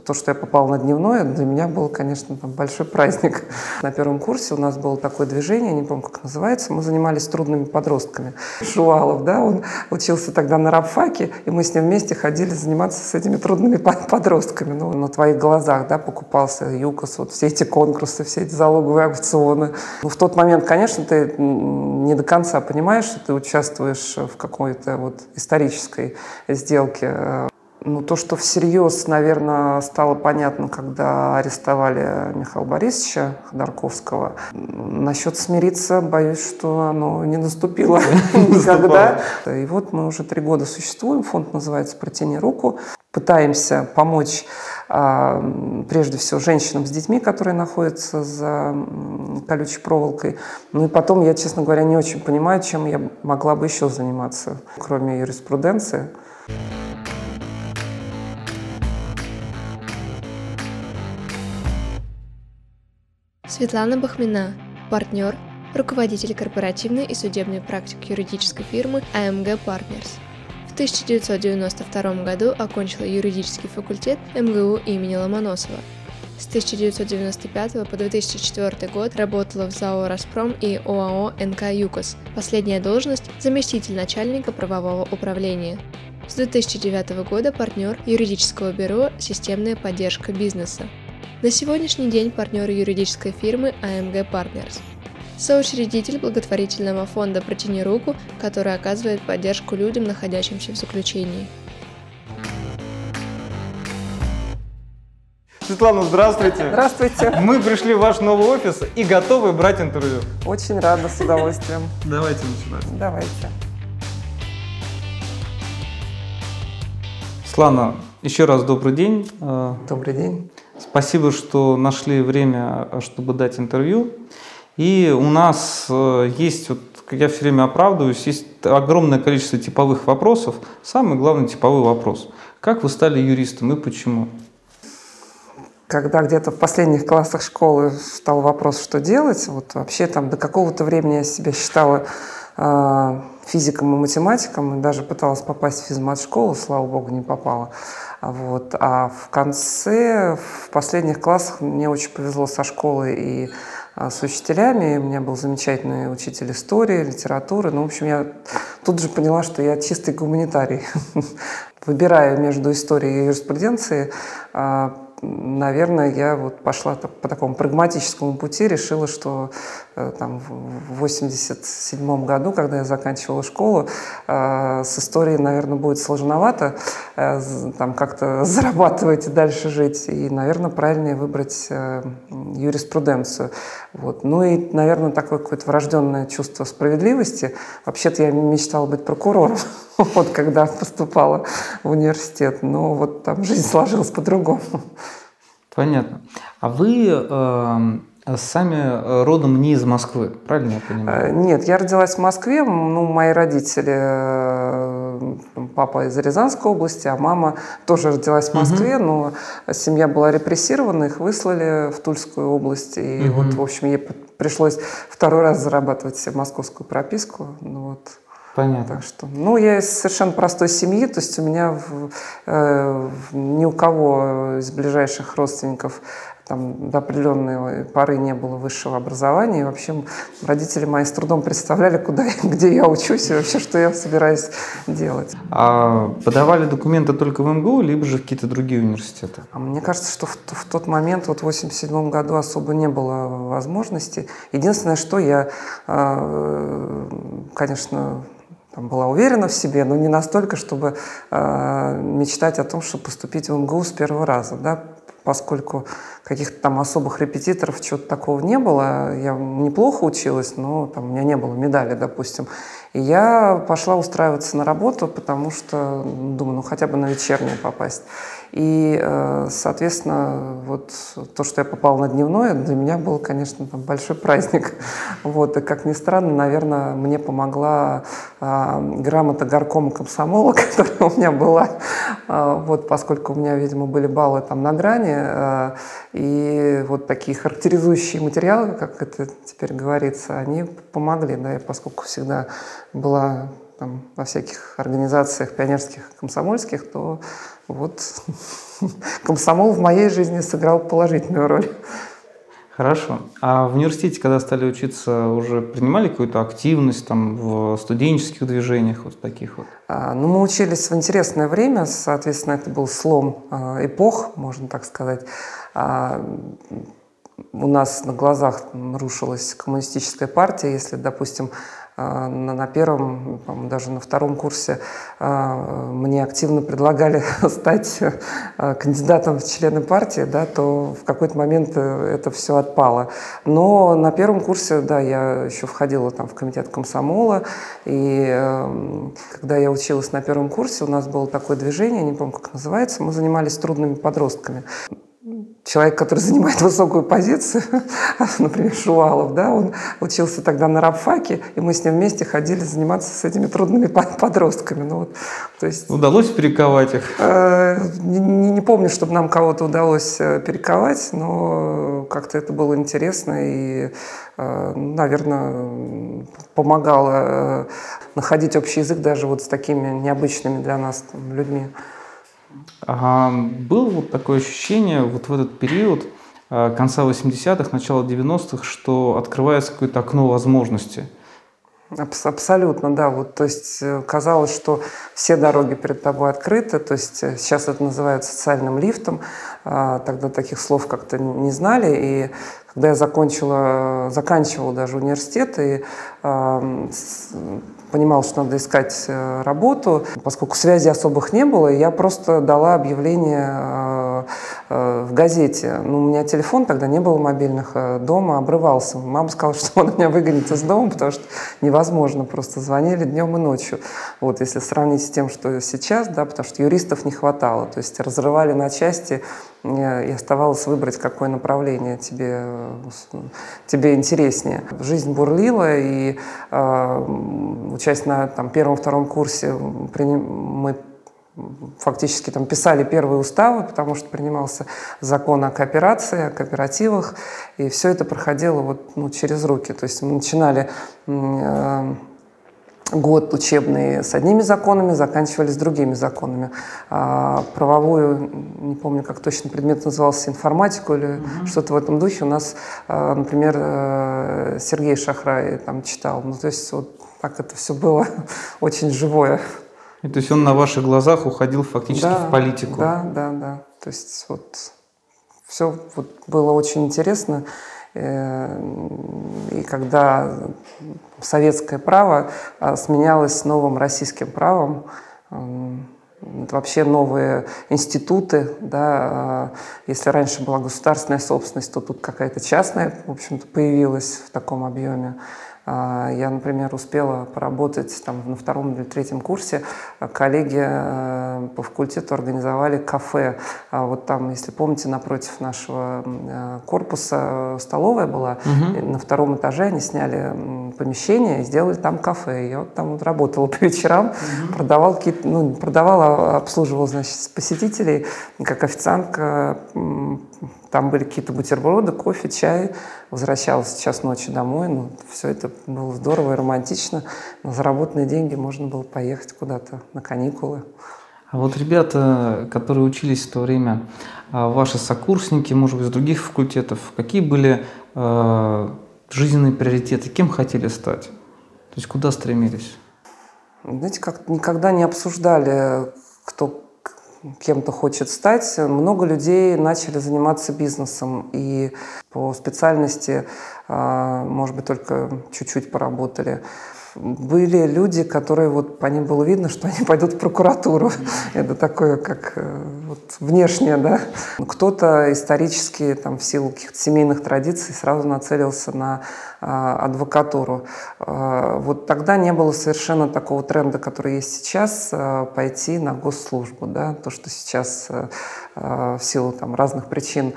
то, что я попала на дневное, для меня был, конечно, там большой праздник. На первом курсе у нас было такое движение, не помню, как называется, мы занимались трудными подростками. Шувалов, да, он учился тогда на рабфаке, и мы с ним вместе ходили заниматься с этими трудными подростками. Ну, на твоих глазах, да, покупался ЮКОС, вот все эти конкурсы, все эти залоговые аукционы. Ну, в тот момент, конечно, ты не до конца понимаешь, что ты участвуешь в какой-то вот исторической сделке. Ну, то, что всерьез, наверное, стало понятно, когда арестовали Михаила Борисовича Ходорковского. Насчет смириться, боюсь, что оно не наступило никогда. И вот мы уже 3 года существуем, фонд называется «Протяни руку». Пытаемся помочь, прежде всего, женщинам с детьми, которые находятся за колючей проволокой. Ну и потом, я, честно говоря, не очень понимаю, чем я могла бы еще заниматься, кроме юриспруденции. Светлана Бахмина, партнер, руководитель корпоративной и судебной практики юридической фирмы AMG Partners. В 1992 году окончила юридический факультет МГУ имени Ломоносова. С 1995 по 2004 год работала в ЗАО «Роспром» и ОАО «НК ЮКОС». Последняя должность – заместитель начальника правового управления. С 2009 года партнер юридического бюро «Системная поддержка бизнеса». На сегодняшний день партнер юридической фирмы AMG Partners. Соучредитель благотворительного фонда «Протяни руку», который оказывает поддержку людям, находящимся в заключении. Светлана, здравствуйте. Здравствуйте. Мы пришли в ваш новый офис и готовы брать интервью. Очень рада, с удовольствием. Давайте начинать. Давайте. Светлана, еще раз добрый день. Добрый день. Спасибо, что нашли время, чтобы дать интервью. И у нас есть, вот, как я все время оправдываюсь, есть огромное количество типовых вопросов. Самый главный типовой вопрос. Как вы стали юристом и почему? Когда где-то в последних классах школы стал вопрос, что делать, вот вообще там до какого-то времени я себя считала физиком и математиком, и даже пыталась попасть в физмат-школу, слава богу, не попала. Вот. А в конце, в последних классах мне очень повезло со школой и с учителями. У меня был замечательный учитель истории, литературы. Ну, в общем, я тут же поняла, что я чистый гуманитарий. Выбирая между историей и юриспруденцией, наверное, я вот пошла по такому прагматическому пути, решила, что там, в 1987 году, когда я заканчивала школу, с историей, наверное, будет сложновато там как-то зарабатывать и дальше жить. И, наверное, правильнее выбрать юриспруденцию. Вот. Ну и, наверное, такое какое-то врожденное чувство справедливости. Вообще-то я мечтала быть прокурором, вот, когда поступала в университет. Но вот там жизнь сложилась по-другому. Понятно. А вы сами родом не из Москвы, правильно я понимаю? Нет, я родилась в Москве. Ну, мои родители, папа из Рязанской области, а мама тоже родилась в Москве, но семья была репрессирована, их выслали в Тульскую область. И вот, в общем, ей пришлось 2-й раз зарабатывать себе московскую прописку. Ну, вот. Понятно. Так что, ну, я из совершенно простой семьи, то есть у меня ни у кого из ближайших родственников там, до определенной поры не было высшего образования. И вообще родители мои с трудом представляли, где я учусь и вообще, что я собираюсь делать. А подавали документы только в МГУ, либо же в какие-то другие университеты? Мне кажется, что в тот момент, вот в 1987 году, особо не было возможности. Единственное, что я, конечно, была уверена в себе, но не настолько, чтобы мечтать о том, чтобы поступить в МГУ с первого раза, да, поскольку каких-то там особых репетиторов, чего-то такого не было. Я неплохо училась, но там у меня не было медали, допустим. И я пошла устраиваться на работу, потому что думаю, ну хотя бы на вечернюю попасть. И, соответственно, вот то, что я попала на дневное, для меня был, конечно, там большой праздник. Вот. И, как ни странно, наверное, мне помогла грамота горкома комсомола, которая у меня была, вот, поскольку у меня, видимо, были баллы там на грани. И вот такие характеризующие материалы, как это теперь говорится, они помогли, да, поскольку всегда была там, во всяких организациях пионерских, комсомольских, то вот комсомол в моей жизни сыграл положительную роль. Хорошо. А в университете, когда стали учиться, уже принимали какую-то активность там, в студенческих движениях, вот таких вот? Ну, мы учились в интересное время, соответственно, это был слом эпох, можно так сказать. У нас на глазах рушилась коммунистическая партия. Если, допустим, на первом, даже на втором курсе мне активно предлагали стать кандидатом в члены партии, да, то в какой-то момент это все отпало. Но на первом курсе, да, я еще входила там в комитет комсомола, и когда я училась на первом курсе, у нас было такое движение, не помню, как называется, мы занимались трудными подростками. Человек, который занимает высокую позицию, например, Шувалов, да, он учился тогда на рабфаке, и мы с ним вместе ходили заниматься с этими трудными подростками. Ну, вот, то есть, удалось перековать их? Не помню, чтобы нам кого-то удалось перековать, но как-то это было интересно и, наверное, помогало находить общий язык даже вот с такими необычными для нас там, людьми. Было вот такое ощущение вот в этот период конца 80-х, начала 90-х, что открывается какое-то окно возможностей? Абсолютно, да. Вот, то есть казалось, что все дороги перед тобой открыты. То есть сейчас это называют социальным лифтом. Тогда таких слов как-то не знали. И когда я заканчивала даже университет и понимала, что надо искать работу, поскольку связи особых не было, я просто дала объявление в газете. Ну, у меня телефон тогда не было мобильных, дома обрывался. Мама сказала, что она меня выгонит из дома, потому что невозможно, просто звонили днем и ночью. Вот, если сравнить с тем, что сейчас, да, потому что юристов не хватало, то есть разрывали на части, и оставалось выбрать, какое направление тебе интереснее. Жизнь бурлила, и учась на первом-втором курсе мы фактически там писали первые уставы, потому что принимался закон о кооперации, о кооперативах, и все это проходило вот, через руки. То есть мы начинали год учебный с одними законами, заканчивали с другими законами. Правовую, не помню, как точно предмет назывался, информатику или что-то в этом духе, у нас, например, Сергей Шахрай там читал. Ну, то есть вот так это все было очень живое. И, то есть он на ваших глазах уходил фактически в политику? Да. То есть вот все вот было очень интересно. И когда советское право сменялось новым российским правом, вообще новые институты, да, если раньше была государственная собственность, то тут какая-то частная, в общем-то, появилась в таком объеме. Я, например, успела поработать там, на втором или третьем курсе. Коллеги по факультету организовали кафе. Вот там, если помните, напротив нашего корпуса столовая была. На втором этаже они сняли помещение и сделали там кафе. Я вот там вот работала по вечерам, продавала, обслуживала, значит, посетителей как официантка. Там были какие-то бутерброды, кофе, чай. Возвращалась в час ночи домой. Ну, все это было здорово и романтично. На заработанные деньги можно было поехать куда-то на каникулы. А вот ребята, которые учились в то время, ваши сокурсники, может быть, с других факультетов, какие были жизненные приоритеты? Кем хотели стать? То есть куда стремились? Знаете, как никогда не обсуждали, кто кем-то хочет стать. Много людей начали заниматься бизнесом, и по специальности, может быть, только чуть-чуть поработали. Были люди, которые, вот по ним было видно, что они пойдут в прокуратуру. Это такое, как вот, внешнее, да. Кто-то исторически, там, в силу каких-то семейных традиций, сразу нацелился на адвокатуру. Вот тогда не было совершенно такого тренда, который есть сейчас, пойти на госслужбу, да. То, что сейчас в силу там, разных причин,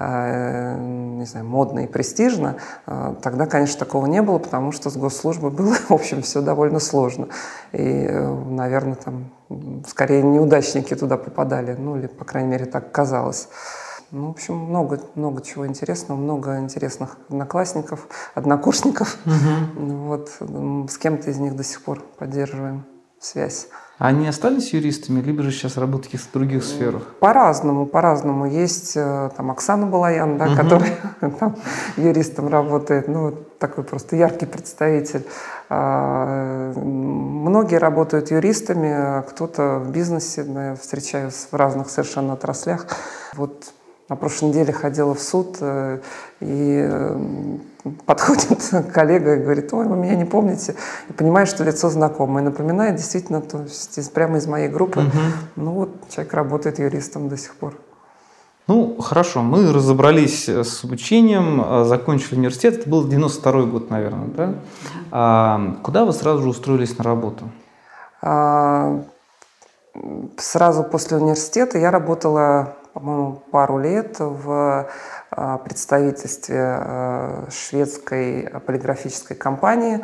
не знаю, модно и престижно, тогда, конечно, такого не было, потому что с госслужбой было, в общем, все довольно сложно. И, наверное, там скорее неудачники туда попадали, ну или, по крайней мере, так казалось. Ну, в общем, много чего интересного, много интересных однокурсников. Вот, с кем-то из них до сих пор поддерживаем связь. Они остались юристами, либо же сейчас работают в каких-то других сферах? По-разному. Есть там Оксана Балаян, да, которая там юристом работает, ну, такой просто яркий представитель. Многие работают юристами, а кто-то в бизнесе, да, я встречаюсь в разных совершенно отраслях. Вот на прошлой неделе ходила в суд, и подходит коллега и говорит: ой, вы меня не помните, и понимаешь, что лицо знакомое. Напоминает действительно, то есть прямо из моей группы. Ну вот, человек работает юристом до сих пор. Ну, хорошо, мы разобрались с обучением, закончили университет, это был 92-й год, наверное, да? Куда вы сразу же устроились на работу? Сразу после университета я работала, по-моему, пару лет в представительстве шведской полиграфической компании.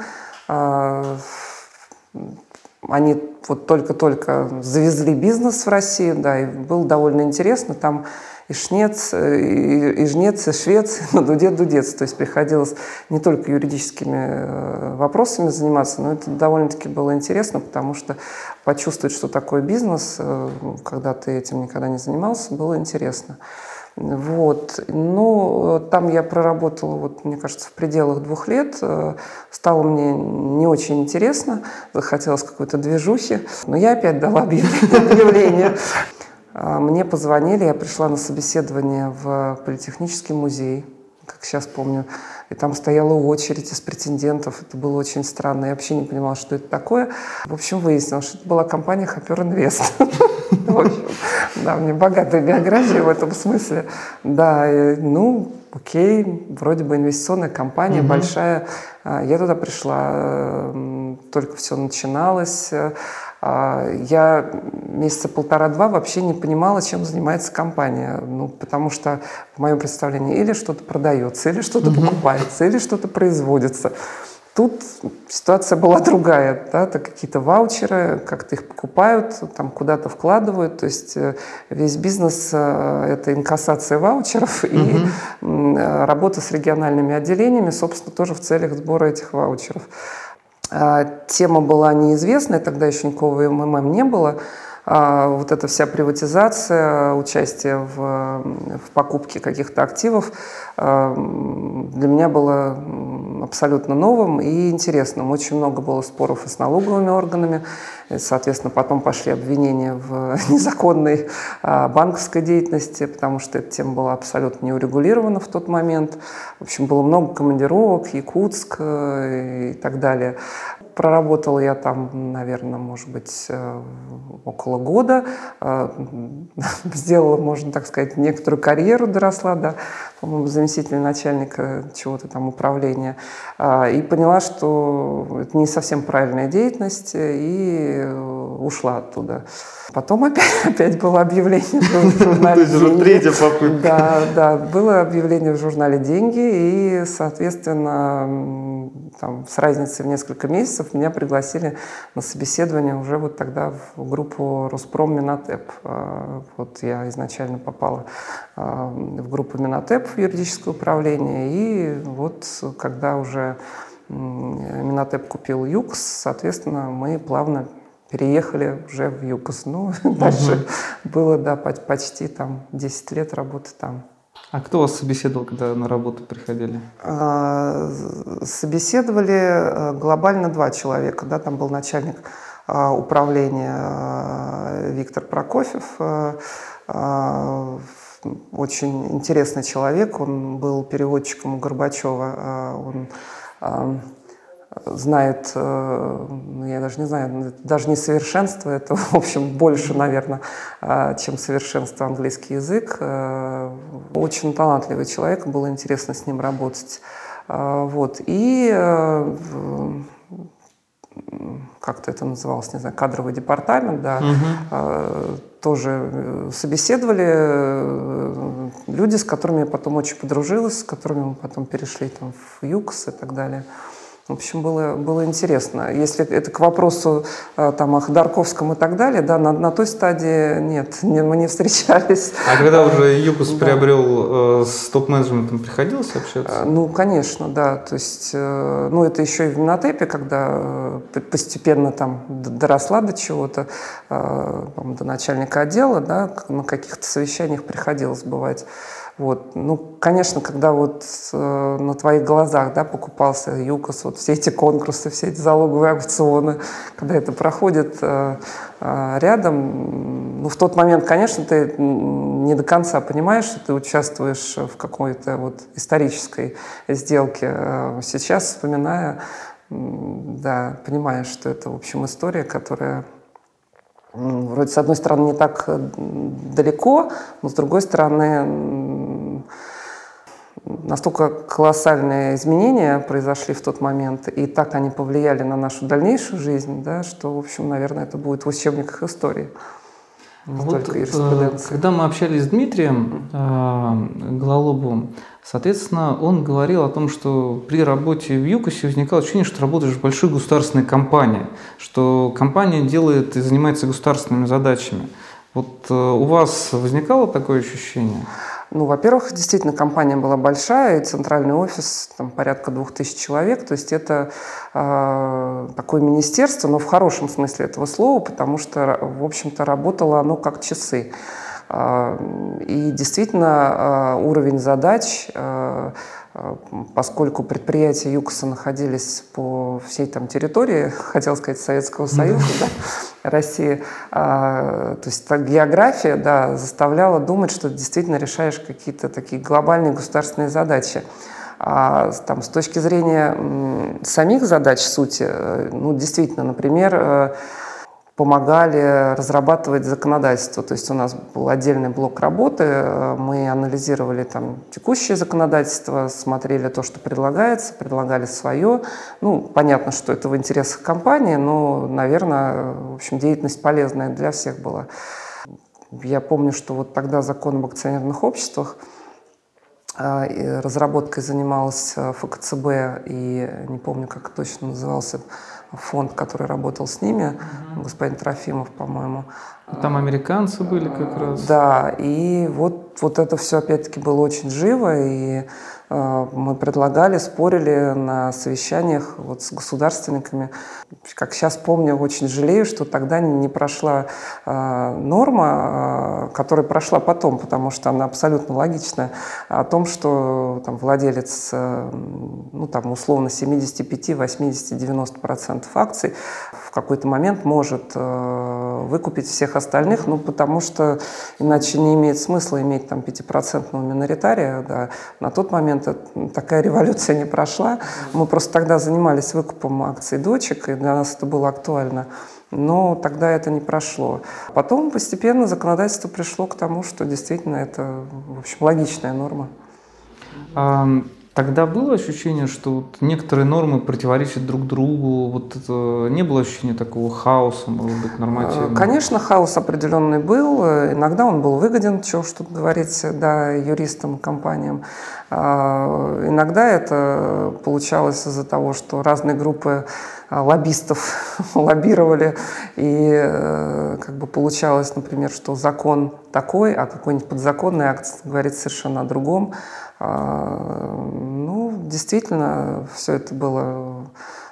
Они вот только-только завезли бизнес в Россию, да, и было довольно интересно. Там и шнец, и жнец, и швец, и дудец. То есть приходилось не только юридическими вопросами заниматься, но это довольно-таки было интересно, потому что почувствовать, что такое бизнес, когда ты этим никогда не занимался, было интересно. Вот. Ну, там я проработала, вот, мне кажется, в пределах 2 лет. Стало мне не очень интересно, захотелось какой-то движухи. Но я опять дала объявление. Мне позвонили, я пришла на собеседование в Политехнический музей, как сейчас помню. И там стояла очередь из претендентов. Это было очень странно. Я вообще не понимала, что это такое. В общем, выяснилось, что это была компания Hopper Invest. В общем, да, у меня богатая биография в этом смысле. Да, ну, окей, вроде бы инвестиционная компания большая. Я туда пришла, только все начиналось. Я месяца 1,5-2 вообще не понимала, чем занимается компания. Ну, потому что, в моем представлении, или что-то продается, или что-то покупается, или что-то производится. Тут ситуация была другая. Да? Это какие-то ваучеры, как-то их покупают, там куда-то вкладывают. То есть весь бизнес – это инкассация ваучеров и работа с региональными отделениями, собственно, тоже в целях сбора этих ваучеров. Тема была неизвестная, тогда еще никакого МММ не было. Вот эта вся приватизация, участие в покупке каких-то активов для меня было абсолютно новым и интересным. Очень много было споров и с налоговыми органами. И, соответственно, потом пошли обвинения в незаконной банковской деятельности, потому что эта тема была абсолютно не урегулирована в тот момент. В общем, было много командировок, Якутск и так далее. Проработала я там, наверное, может быть, около года. Сделала, можно так сказать, некоторую карьеру, доросла до, по-моему, заместителя начальника чего-то там управления. И поняла, что это не совсем правильная деятельность, и ушла оттуда. Потом опять было объявление в журнале «Деньги». Третья попытка. Да, было объявление в журнале «Деньги», и, соответственно, там, с разницей в несколько месяцев меня пригласили на собеседование уже вот тогда в группу «Роспром Минотеп». Вот я изначально попала в группу Минотеп, в юридическое управление, и вот когда уже Минотеп купил ЮКС, соответственно, мы плавно переехали уже в ЮКОС. Ну, дальше было, да, почти там 10 лет работы там. А кто вас собеседовал, когда на работу приходили? Собеседовали глобально 2 человека. Да, там был начальник управления Виктор Прокофьев. Очень интересный человек. Он был переводчиком у Горбачева. Он знает, я даже не знаю, даже не совершенство, это, в общем, больше, наверное, чем совершенство английский язык. Очень талантливый человек, было интересно с ним работать. Вот. И как-то это называлось, не знаю, кадровый департамент, да, тоже собеседовали люди, с которыми я потом очень подружилась, с которыми мы потом перешли там, в ЮКС и так далее. В общем, было интересно. Если это к вопросу там, о Ходорковском и так далее, да, на той стадии нет, мы не встречались. А когда уже ЮКОС приобрел, с топ-менеджментом приходилось общаться? Ну, конечно, да. То есть, ну, это еще и в Минотепе, когда постепенно там доросла до чего-то, до начальника отдела, да, на каких-то совещаниях приходилось бывать. Вот. Ну, конечно, когда вот на твоих глазах, да, покупался ЮКОС, вот все эти конкурсы, все эти залоговые аукционы, когда это проходит рядом, ну, в тот момент, конечно, ты не до конца понимаешь, что ты участвуешь в какой-то вот исторической сделке. Сейчас, вспоминая, да, понимаешь, что это, в общем, история, которая вроде, с одной стороны, не так далеко, но с другой стороны, настолько колоссальные изменения произошли в тот момент, и так они повлияли на нашу дальнейшую жизнь, да, что, в общем, наверное, это будет в учебниках истории. Вот, когда мы общались с Дмитрием Гололобовым, соответственно, он говорил о том, что при работе в ЮКОСе возникало ощущение, что работаешь в большой государственной компании, что компания делает и занимается государственными задачами. Вот у вас возникало такое ощущение? Ну, во-первых, действительно, компания была большая, и центральный офис, там, порядка 2000 человек, то есть это такое министерство, но в хорошем смысле этого слова, потому что, в общем-то, работало оно как часы. И действительно, уровень задач, поскольку предприятия ЮКОСа находились по всей там территории, хотел сказать, Советского Союза, да, России, то есть география, да, заставляла думать, что ты действительно решаешь какие-то такие глобальные государственные задачи. Там, с точки зрения самих задач, сути, ну, действительно, например, помогали разрабатывать законодательство. То есть у нас был отдельный блок работы, мы анализировали там текущее законодательство, смотрели то, что предлагается, предлагали свое. Ну, понятно, что это в интересах компании, но, наверное, в общем, деятельность полезная для всех была. Я помню, что вот тогда закон об акционерных обществах, разработкой занималась ФКЦБ, и не помню, как точно назывался фонд, который работал с ними, господин Трофимов, по-моему. Там американцы были как раз. Да, и вот это все опять-таки было очень живо, и мы предлагали, спорили на совещаниях вот с государственниками. Как сейчас помню, очень жалею, что тогда не прошла норма, которая прошла потом, потому что она абсолютно логичная, о том, что там, владелец, ну, там, условно 75, 80, 90% акций в какой-то момент может выкупить всех остальных, ну, потому что иначе не имеет смысла иметь там 5% миноритария. Да. На тот момент такая революция не прошла. Мы просто тогда занимались выкупом акций дочек, и для нас это было актуально. Но тогда это не прошло. Потом постепенно законодательство пришло к тому, что действительно это, в общем, логичная норма. Тогда было ощущение, что вот некоторые нормы противоречат друг другу? Вот это, не было ощущения такого хаоса, может быть, нормативного? Конечно, хаос определенный был. Иногда он был выгоден, что тут говорить, да, юристам, компаниям. Иногда это получалось из-за того, что разные группы лоббистов лоббировали, и как бы получалось, например, что закон такой, а какой-нибудь подзаконный акт говорит совершенно о другом. Ну, действительно, все это было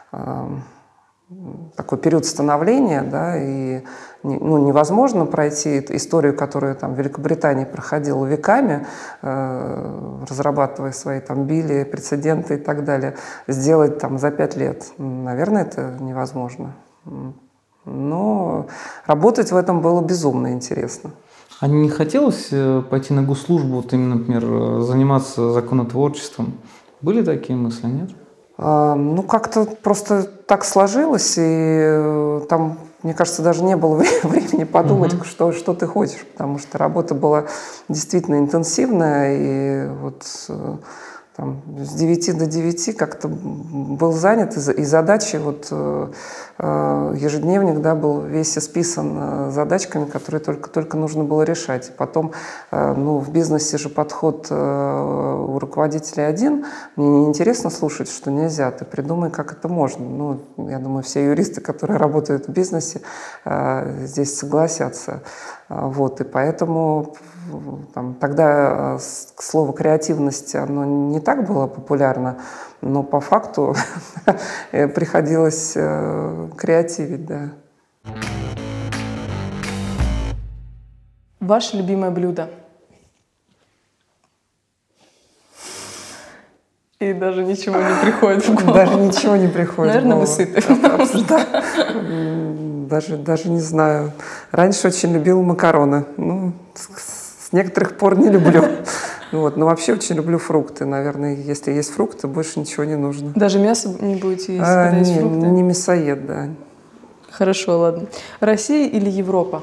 такой период становления, да, и ну, невозможно пройти историю, которую там в Великобритании проходила веками, разрабатывая свои там били, прецеденты и так далее, сделать там за 5 лет. Наверное, это невозможно. Но работать в этом было безумно интересно. А не хотелось пойти на госслужбу, вот именно, например, заниматься законотворчеством? Были такие мысли, нет? Ну, как-то просто так сложилось, и там, мне кажется, даже не было времени подумать, что ты хочешь, потому что работа была действительно интенсивная, и вот там, с 9 до 9 как-то был занят, и задачи, вот ежедневник, да, был весь исписан задачками, которые только нужно было решать. Потом, ну, в бизнесе же подход у руководителя один. Мне не интересно слушать, что нельзя, ты придумай, как это можно. Ну, я думаю, все юристы, которые работают в бизнесе, здесь согласятся. Вот, и поэтому там, тогда слово «креативность» оно не так было популярно, но по факту приходилось креативить, да. Ваше любимое блюдо? И даже ничего не приходит в голову. Даже ничего не приходит в голову. Наверное, вы сыты. Даже не знаю. Раньше очень любила макароны. Ну, с некоторых пор не люблю. Вот. Но вообще очень люблю фрукты. Наверное, если есть фрукты, больше ничего не нужно. Даже мясо не будете есть, когда есть фрукты? Не мясоед, да. Хорошо, ладно. Россия или Европа?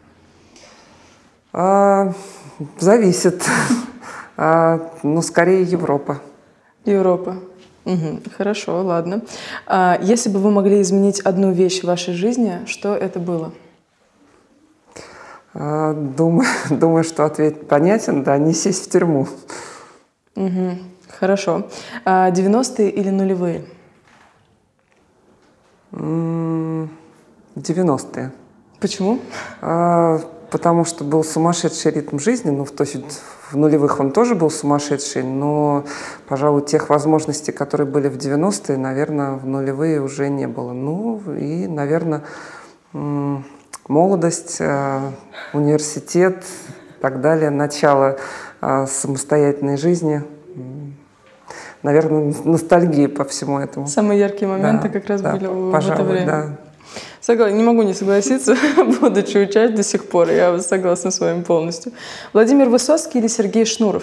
Зависит. Но скорее Европа. Европа. Угу. Хорошо, ладно. Если бы вы могли изменить одну вещь в вашей жизни, что это было? Думаю, что ответ понятен, да, не сесть в тюрьму. Угу. Хорошо. 90-е или нулевые? 90-е. Почему? Потому что был сумасшедший ритм жизни, ну, то есть в нулевых он тоже был сумасшедший, но, пожалуй, тех возможностей, которые были в 90-е, наверное, в нулевые уже не было. Ну, и, наверное, молодость, университет и так далее, начало самостоятельной жизни. Наверное, ностальгия по всему этому. Самые яркие моменты как раз были в это время. Да. Согласна, не могу не согласиться, будучи учать до сих пор, я согласна с вами полностью. Владимир Высоцкий или Сергей Шнуров?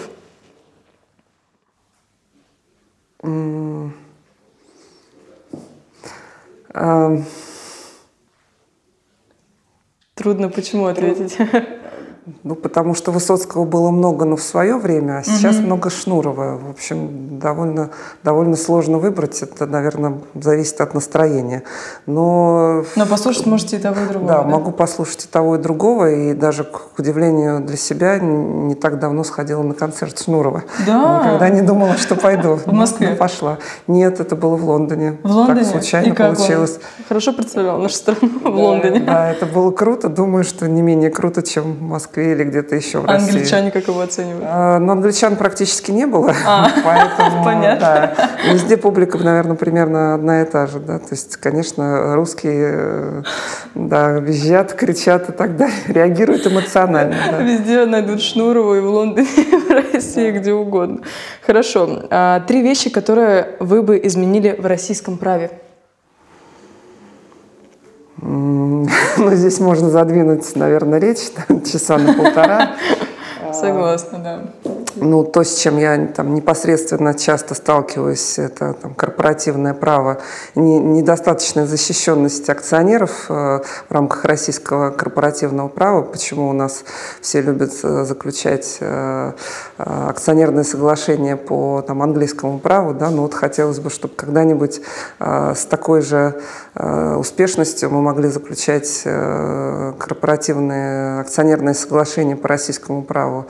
Трудно почему ответить? Ну, потому что Высоцкого было много, но в свое время, а сейчас много Шнурова. В общем, довольно сложно выбрать. Это, наверное, зависит от настроения. Но послушать можете и того, и другого. Да, могу послушать и того, и другого. И даже, к удивлению для себя, не так давно сходила на концерт Шнурова. Да? Никогда не думала, что пойду. В Москве? Но пошла. Нет, это было в Лондоне. В Лондоне? Так случайно и как получилось. Он? Хорошо представлял нашу страну в Лондоне. Да, это было круто. Думаю, что не менее круто, чем в Москве или где-то еще в России. Англичане как его оценивают? Но англичан практически не было, поэтому понятно. Да, везде публика, наверное, примерно одна и та же. Да? То есть, конечно, русские да, визжат, кричат и так далее, реагируют эмоционально. Да. Везде найдут Шнурову и в Лондоне, и в России, где угодно. Хорошо. 3 вещи, которые вы бы изменили в российском праве. Ну, здесь можно задвинуть, наверное, речь часа на полтора. Согласна, да. Ну, то, с чем я там непосредственно часто сталкиваюсь, это там, корпоративное право, недостаточная защищенность акционеров в рамках российского корпоративного права. Почему у нас все любят заключать акционерные соглашения по там, английскому праву, да? Ну, вот хотелось бы, чтобы когда-нибудь с такой же успешностью мы могли заключать корпоративные акционерные соглашения по российскому праву.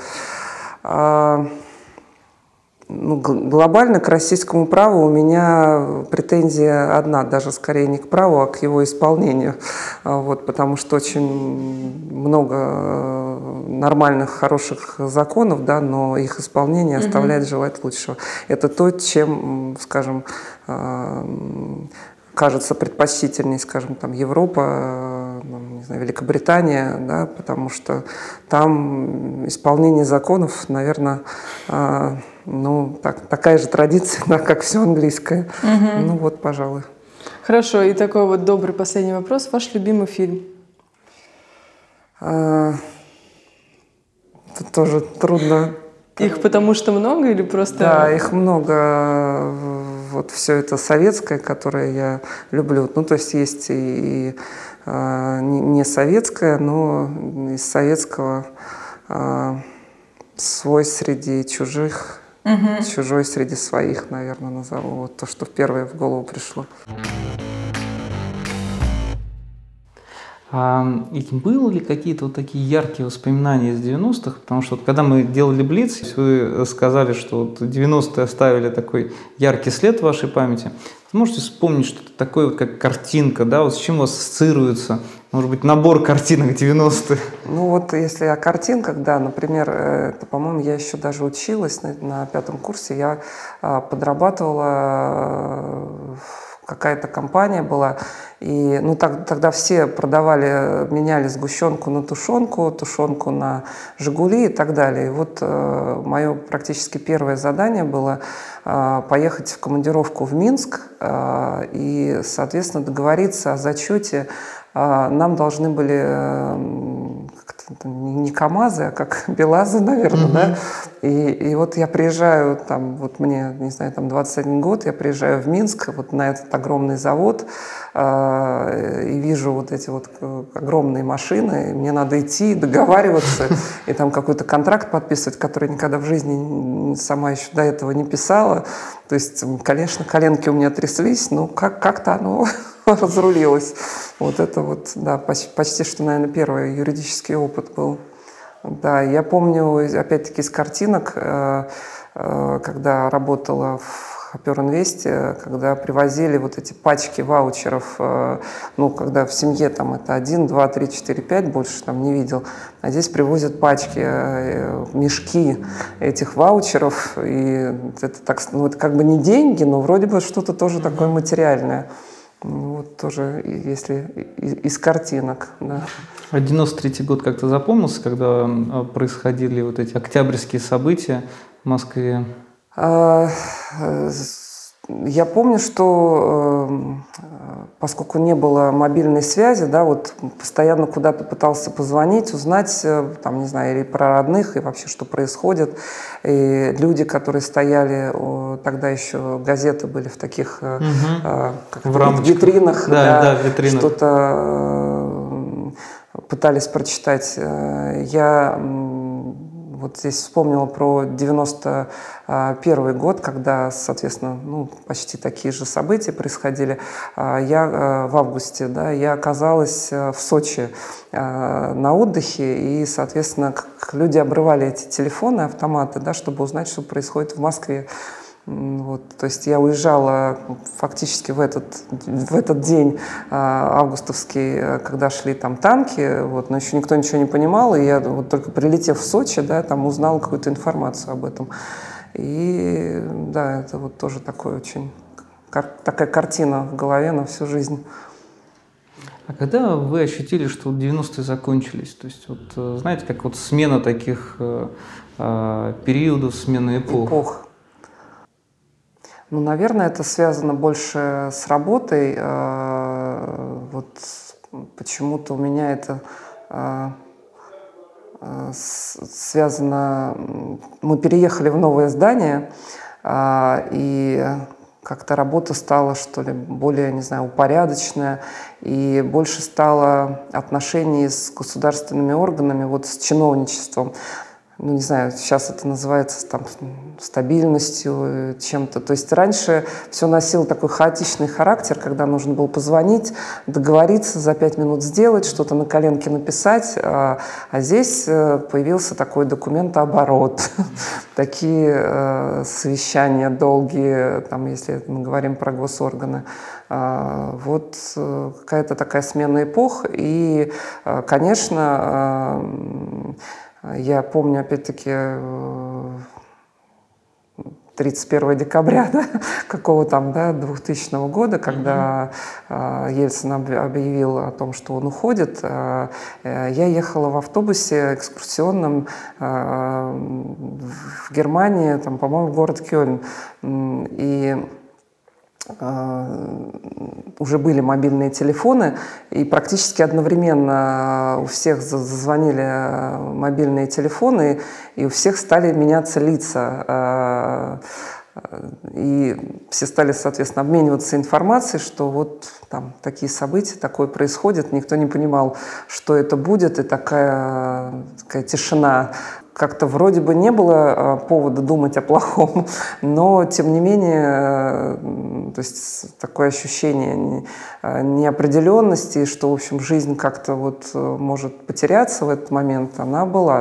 Ну, глобально к российскому праву у меня претензия одна, даже скорее не к праву, а к его исполнению. Вот, потому что очень много нормальных, хороших законов, да, но их исполнение оставляет желать лучшего. Это то, чем, скажем, кажется предпочтительнее, скажем, там, Европа, не знаю, Великобритания, да, потому что там исполнение законов, наверное, ну, такая же традиция, да, как все английское. Ну вот, пожалуй. Хорошо, и такой вот добрый последний вопрос. Ваш любимый фильм? Это тоже трудно. Их потому что много или просто… Да, их много. Вот все это советское, которое я люблю. Ну, то есть есть и не советское, но из советского «Свой среди чужих». Чужой среди своих, наверное, назову. Вот то, что первое в голову пришло. И было ли какие-то вот такие яркие воспоминания из 90-х? Потому что вот, когда мы делали Блиц, вы сказали, что вот 90-е оставили такой яркий след в вашей памяти. Можете вспомнить что-то такое, вот как картинка, да, вот с чем у вас ассоциируется, может быть, набор картинок 90-х? Ну вот если о картинках, да, например, это, по-моему, я еще даже училась на 5 курсе, я подрабатывала, какая-то компания была, и ну, тогда все меняли сгущенку на тушенку, тушенку на «Жигули» и так далее. И вот мое практически первое задание было поехать в командировку в Минск и, соответственно, договориться о зачете. Нам должны были не КАМАЗы, а как БелАЗы, наверное, да. И вот я приезжаю, там, вот мне, не знаю, там 21 год, я приезжаю в Минск, вот на этот огромный завод, и вижу вот эти вот огромные машины, и мне надо идти, договариваться, и там какой-то контракт подписывать, который никогда в жизни сама еще до этого не писала. То есть, конечно, коленки у меня тряслись, но как-то оно разрулилось. Вот это вот, да, почти что, наверное, первый юридический опыт был. Да, я помню, опять-таки, из картинок, когда работала в Хопер-Инвесте, когда привозили вот эти пачки ваучеров, ну, когда в семье там это 1, 2, 3, 4, 5, больше там не видел, а здесь привозят пачки, мешки этих ваучеров, и это так, ну, это как бы не деньги, но вроде бы что-то тоже такое материальное. Вот тоже, если из картинок, да. А 93-й год как-то запомнился, когда происходили вот эти октябрьские события в Москве? Я помню, что поскольку не было мобильной связи, да, вот постоянно куда-то пытался позвонить, узнать, там, не знаю, или про родных, и вообще, что происходит. И люди, которые стояли, тогда еще газеты были в таких в витринах, да, витринах. Что-то пытались прочитать. Я вот здесь вспомнила про 91 год, когда, соответственно, ну, почти такие же события происходили. Я в августе, да, я оказалась в Сочи на отдыхе, и, соответственно, люди обрывали эти телефоны, автоматы, да, чтобы узнать, что происходит в Москве. Вот, то есть я уезжала фактически в этот день августовский, когда шли там танки, вот, но еще никто ничего не понимал, и я вот только прилетев в Сочи, да, там узнала какую-то информацию об этом. И да, это вот тоже такой очень, такая картина в голове на всю жизнь. А когда вы ощутили, что 90-е закончились? То есть, вот, знаете, как вот смена таких периодов, смена эпох? Ну, наверное, это связано больше с работой. Вот почему-то у меня это связано... Мы переехали в новое здание, и как-то работа стала, что ли, более, не знаю, упорядоченная, и больше стало отношений с государственными органами, вот с чиновничеством. Ну, не знаю, сейчас это называется там стабильностью, чем-то. То есть раньше все носило такой хаотичный характер, когда нужно было позвонить, договориться, за 5 минут сделать, что-то на коленке написать. А здесь появился такой документооборот, такие совещания долгие, там, если мы говорим про госорганы. Вот какая-то такая смена эпох. И, конечно, я помню, опять-таки, 31 декабря, да, какого там, да, 2000 года, когда Ельцин объявил о том, что он уходит, я ехала в автобусе экскурсионном в Германии, там, по-моему, в город Кёльн, и уже были мобильные телефоны, и практически одновременно у всех зазвонили мобильные телефоны, и у всех стали меняться лица. И все стали, соответственно, обмениваться информацией, что вот там такие события, такое происходит. Никто не понимал, что это будет, и такая тишина. как-то вроде бы не было повода думать о плохом, но тем не менее, то есть такое ощущение неопределенности, что, в общем, жизнь как-то вот может потеряться в этот момент, она была.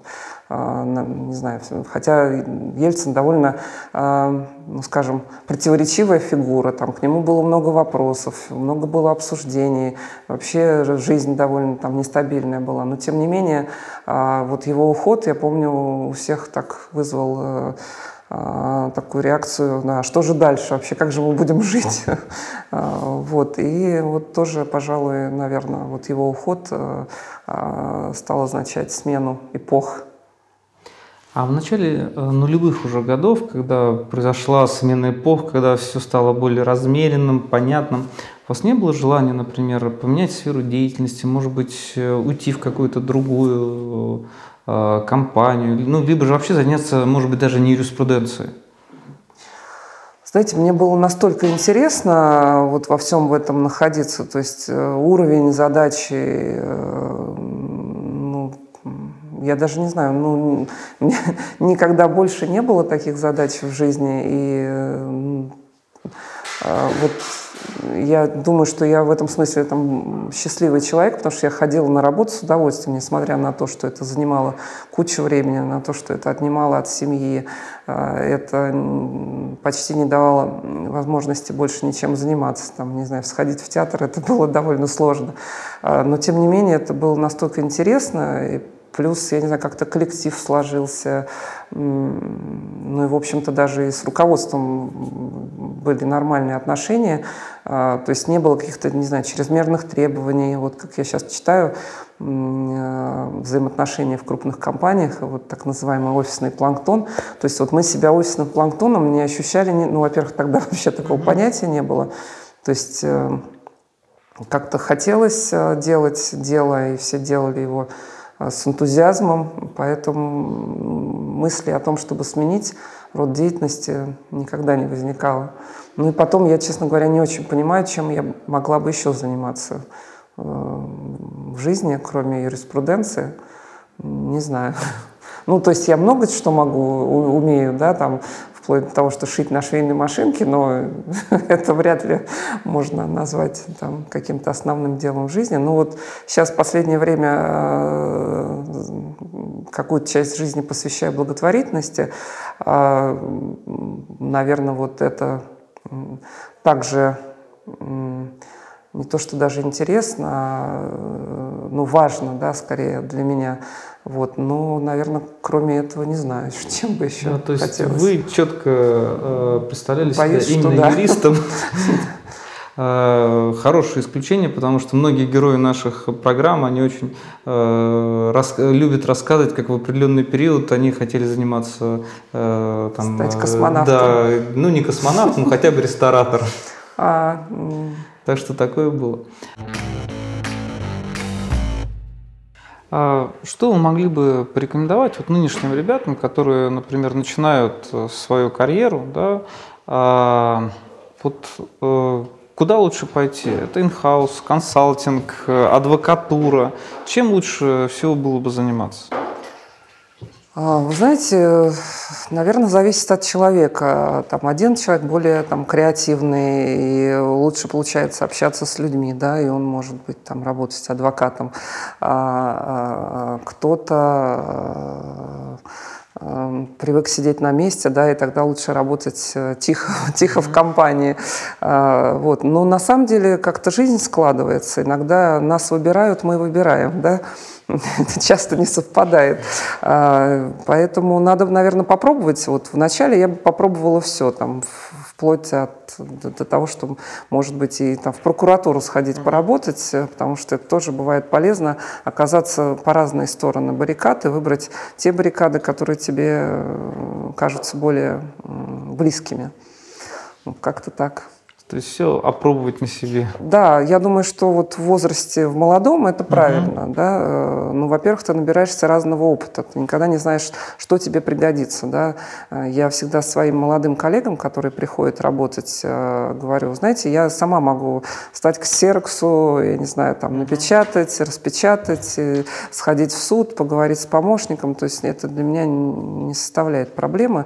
Не знаю, хотя Ельцин довольно, ну, скажем, противоречивая фигура, там к нему было много вопросов, много было обсуждений, вообще жизнь довольно там нестабильная была, но тем не менее вот его уход, я помню, у всех так вызвал такую реакцию на что же дальше вообще, как же мы будем жить. Вот. И вот тоже, пожалуй, наверное, вот его уход стал означать смену эпох. А в начале нулевых уже годов, когда произошла смена эпох, когда все стало более размеренным, понятным, у вас не было желания, например, поменять сферу деятельности, может быть, уйти в какую-то другую компанию, ну, либо же вообще заняться, может быть, даже не юриспруденцией? Знаете, мне было настолько интересно вот во всем в этом находиться, то есть уровень задачи, ну, я даже не знаю, ну, никогда больше не было таких задач в жизни, и вот я думаю, что я в этом смысле там счастливый человек, потому что я ходила на работу с удовольствием, несмотря на то, что это занимало кучу времени, на то, что это отнимало от семьи, это почти не давало возможности больше ничем заниматься, там, не знаю, сходить в театр, это было довольно сложно, но тем не менее это было настолько интересно, и плюс, я не знаю, как-то коллектив сложился, ну и, в общем-то, даже и с руководством были нормальные отношения, то есть не было каких-то, не знаю, чрезмерных требований. Вот как я сейчас читаю взаимоотношения в крупных компаниях, вот так называемый офисный планктон, то есть вот мы себя офисным планктоном не ощущали, ну, во-первых, тогда вообще такого понятия не было, то есть как-то хотелось делать дело, и все делали его с энтузиазмом, поэтому мысли о том, чтобы сменить род деятельности, никогда не возникало. Ну и потом я, честно говоря, не очень понимаю, чем я могла бы еще заниматься в жизни, кроме юриспруденции. Не знаю. Ну, то есть я много что могу, умею, да, там, вплоть до того, что шить на швейной машинке, но это вряд ли можно назвать там каким-то основным делом в жизни. Но вот сейчас в последнее время какую-то часть жизни посвящаю благотворительности. Наверное, вот это также не то, что даже интересно, ну, важно, да, скорее для меня. Вот, но, наверное, кроме этого не знаю, чем бы еще то есть хотелось. вы четко представляли Боюсь, себя именно да. юристом. Хорошее исключение, потому что многие герои наших программ, они очень любят рассказывать, как в определенный период они хотели заниматься там, стать космонавтом. Да, ну не космонавтом, хотя бы ресторатором. Так что такое было. Что вы могли бы порекомендовать вот нынешним ребятам, которые, например, начинают свою карьеру, да, вот, куда лучше пойти? Это in-house, консалтинг, адвокатура. Чем лучше всего было бы заниматься? Вы знаете, наверное, зависит от человека. Там один человек более там, креативный, и лучше получается общаться с людьми, да, и он может быть там работать адвокатом. Кто-то привык сидеть на месте, да, и тогда лучше работать тихо в компании. Вот. Но на самом деле как-то жизнь складывается. Иногда нас выбирают, мы выбираем, да. Это часто не совпадает. Поэтому надо, наверное, попробовать. Вот вначале я бы попробовала все, там, вплоть до того, что, может быть, и там, в прокуратуру сходить поработать, потому что это тоже бывает полезно, оказаться по разные стороны баррикад и выбрать те баррикады, которые тебе кажутся более близкими. Ну, как-то так. То есть все опробовать на себе. Да, я думаю, что вот в возрасте, в молодом, это правильно. Да? Ну, во-первых, ты набираешься разного опыта. Ты никогда не знаешь, что тебе пригодится. Да? Я всегда своим молодым коллегам, которые приходят работать, говорю, знаете, я сама могу встать к ксероксу, я не знаю, там, напечатать, распечатать, сходить в суд, поговорить с помощником. То есть это для меня не составляет проблемы.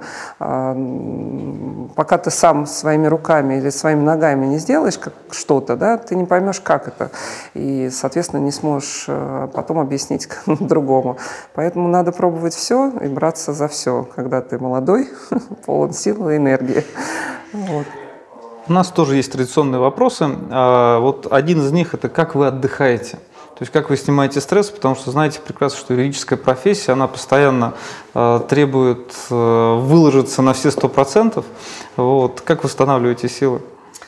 Пока ты сам своими руками или своими ногами не сделаешь что-то, да, ты не поймешь, как это. И, соответственно, не сможешь потом объяснить другому. Поэтому надо пробовать все и браться за все, когда ты молодой, полон сил и энергии. Вот. У нас тоже есть традиционные вопросы. Вот один из них – это как вы отдыхаете? То есть как вы снимаете стресс, потому что знаете прекрасно, что юридическая профессия, она постоянно требует выложиться на все 100%. Вот. Как восстанавливаете силы?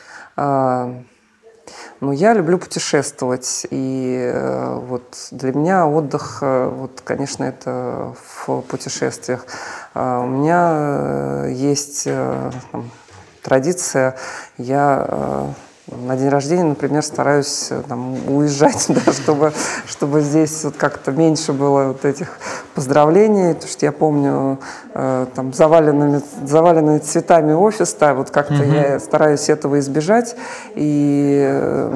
Ну, я люблю путешествовать, и вот для меня отдых, вот, конечно, это в путешествиях. У меня есть там традиция, я на день рождения, например, стараюсь там уезжать, да, чтобы здесь вот как-то меньше было вот этих поздравлений, потому что я помню там заваленный цветами офис, да, вот как-то я стараюсь этого избежать. И,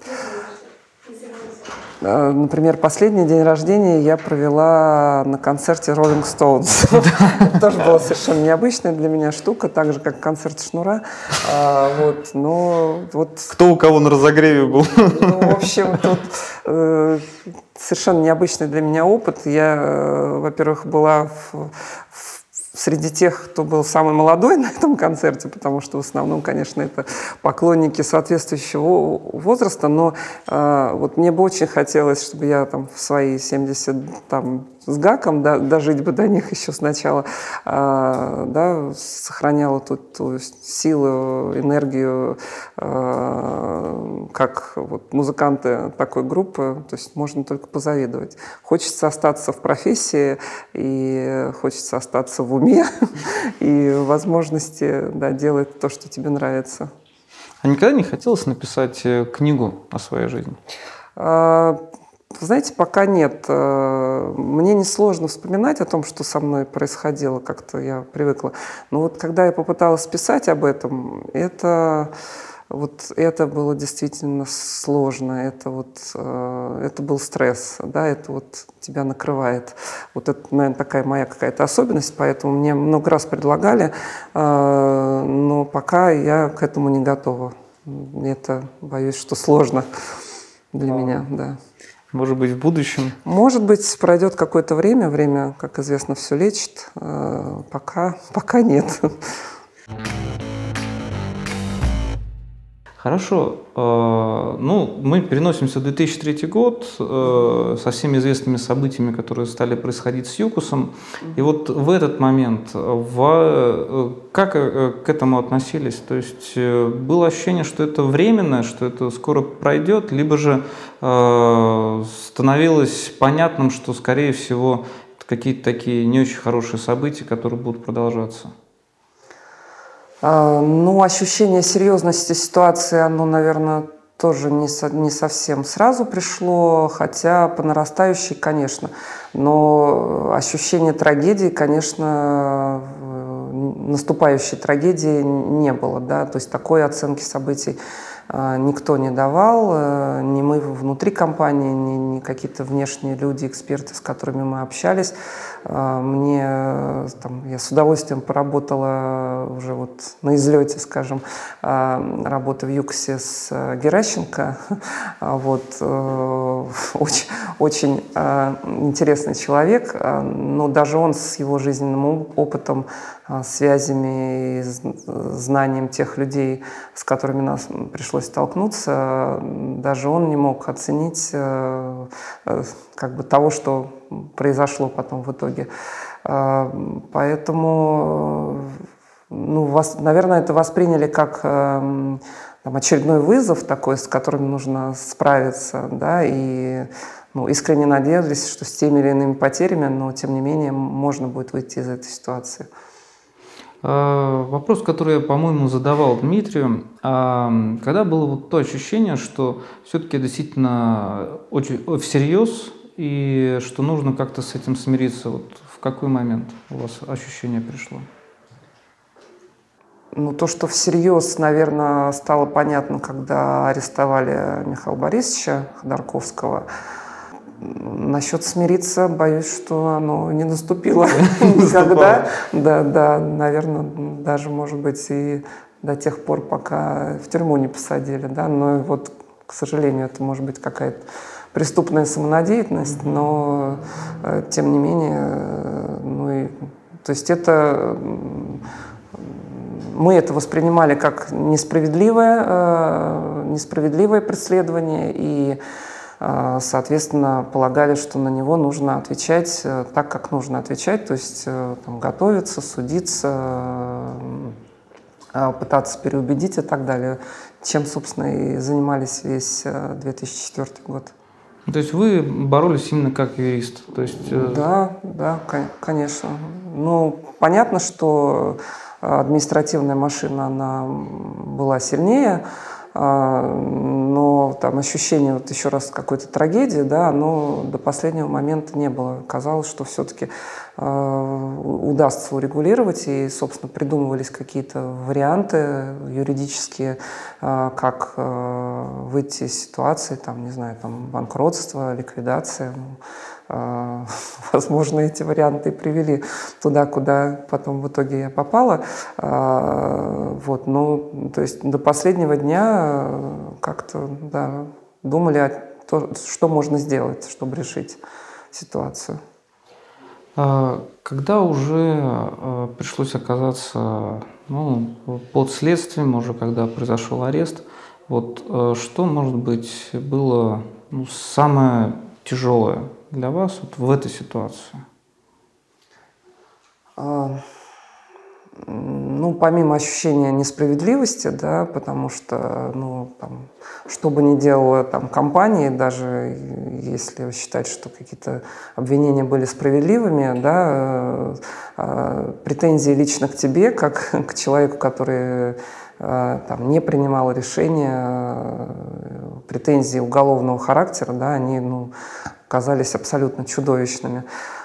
например, последний день рождения я провела на концерте Rolling Stones. Это тоже была совершенно необычная для меня штука, так же, как концерт Шнура. Кто у кого на разогреве был? Ну, в общем, тут совершенно необычный для меня опыт. Я, во-первых, была среди тех, кто был самый молодой на этом концерте, потому что в основном, конечно, это поклонники соответствующего возраста, но вот мне бы очень хотелось, чтобы я там в свои 70 там, с гаком, дожить бы до них еще сначала, да, сохраняла ту силу, энергию, как вот музыканты такой группы, то есть можно только позавидовать. Хочется остаться в профессии, и хочется остаться в уме, и возможности, да, делать то, что тебе нравится. А никогда не хотелось написать книгу о своей жизни? Знаете, пока нет. Мне несложно вспоминать о том, что со мной происходило, как-то я привыкла. Но вот когда я попыталась писать об этом, это было действительно сложно. Это был стресс, да, это вот тебя накрывает. Вот это, наверное, такая моя какая-то особенность, поэтому мне много раз предлагали, но пока я к этому не готова. Это, боюсь, что сложно для меня, да. Может быть, в будущем? Может быть, пройдет какое-то время, как известно, все лечит. Пока нет. Хорошо. Ну, мы переносимся в 2003 год со всеми известными событиями, которые стали происходить с ЮКОСом. И вот в этот момент как к этому относились? То есть было ощущение, что это временно, что это скоро пройдет, либо же становилось понятным, что, скорее всего, это какие-то такие не очень хорошие события, которые будут продолжаться? Ну, ощущение серьезности ситуации, оно, наверное, тоже не совсем сразу пришло, хотя по нарастающей, конечно. Но ощущение трагедии, конечно, наступающей трагедии не было, да, то есть такой оценки событий никто не давал, ни мы внутри компании, ни какие-то внешние люди, эксперты, с которыми мы общались. Я с удовольствием поработала уже вот на излете, скажем, работы в ЮКОСе с Геращенко. Вот, очень интересный человек, но даже он с его жизненным опытом, связями и знанием тех людей, с которыми нам пришлось столкнуться, даже он не мог оценить как бы того, что произошло потом в итоге. Поэтому, наверное, это восприняли как очередной вызов такой, с которым нужно справиться, да, и искренне надеялись, что с теми или иными потерями, но тем не менее можно будет выйти из этой ситуации. Вопрос, который я, по-моему, задавал Дмитрию, когда было вот то ощущение, что все-таки действительно очень всерьез, и что нужно как-то с этим смириться, вот в какой момент у вас ощущение пришло? Ну, то, что всерьез, наверное, стало понятно, когда арестовали Михаила Борисовича Ходорковского. Насчет смириться, боюсь, что оно не наступило никогда. Да, наверное, даже, может быть, и до тех пор, пока в тюрьму не посадили. Да? Но вот, к сожалению, это может быть какая-то преступная самонадеятельность, но, тем не менее, то есть это... Мы это воспринимали как несправедливое преследование и, соответственно, полагали, что на него нужно отвечать так, как нужно отвечать, то есть там, готовиться, судиться, пытаться переубедить и так далее, чем, собственно, и занимались весь 2004 год. То есть вы боролись именно как юрист? То есть... Да, конечно. Ну, понятно, что административная машина, она была сильнее, но там ощущение, вот еще раз, какой-то трагедии, да, оно до последнего момента не было. Казалось, что все-таки удастся урегулировать, и, собственно, придумывались какие-то варианты юридические, как выйти из ситуации, там, не знаю, там, банкротство, ликвидация. Возможно, эти варианты и привели туда, куда потом в итоге я попала. Вот, ну, то есть до последнего дня как-то, да, думали о том, что можно сделать, чтобы решить ситуацию. Когда уже пришлось оказаться под следствием, уже когда произошел арест, вот что, может быть, было самое тяжелое для вас вот в этой ситуации? Ну, помимо ощущения несправедливости, да, потому что, ну, там, что бы ни делала там компания, даже если считать, что какие-то обвинения были справедливыми, да, претензии лично к тебе, как к человеку, который там, не принимал решения, претензии уголовного характера, да, они, ну, казались абсолютно чудовищными.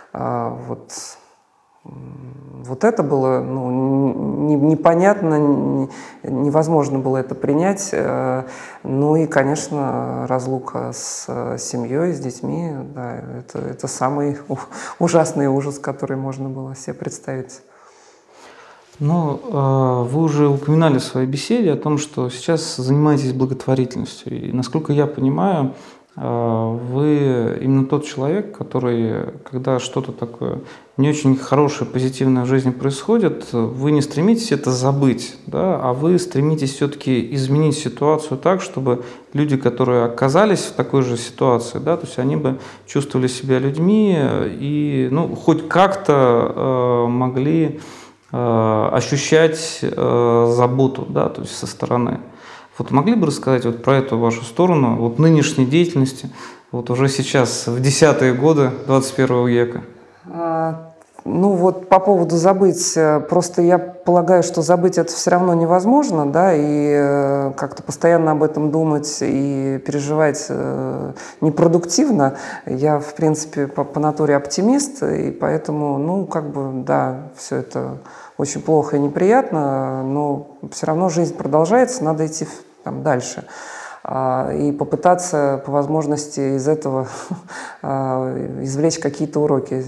Вот это было, ну, непонятно, невозможно было это принять. Ну и, конечно, разлука с семьей, с детьми, да, это самый ужасный ужас, который можно было себе представить. Ну, вы уже упоминали в своей беседе о том, что сейчас занимаетесь благотворительностью. И, насколько я понимаю, вы именно тот человек, который, когда что-то такое не очень хорошее, позитивное в жизни происходит, вы не стремитесь это забыть, да, а вы стремитесь все-таки изменить ситуацию так, чтобы люди, которые оказались в такой же ситуации, да, то есть они бы чувствовали себя людьми и, ну, хоть как-то могли ощущать заботу, да, то есть со стороны. Вот могли бы рассказать вот про эту вашу сторону, вот нынешней деятельности, вот уже сейчас, в 10-е годы 21 века? Ну вот по поводу забыть, просто я полагаю, что забыть это все равно невозможно, да, и как-то постоянно об этом думать и переживать непродуктивно. Я, в принципе, по натуре оптимист, и поэтому, ну, как бы, да, все это очень плохо и неприятно, но все равно жизнь продолжается, надо идти там дальше. И попытаться по возможности из этого извлечь какие-то уроки.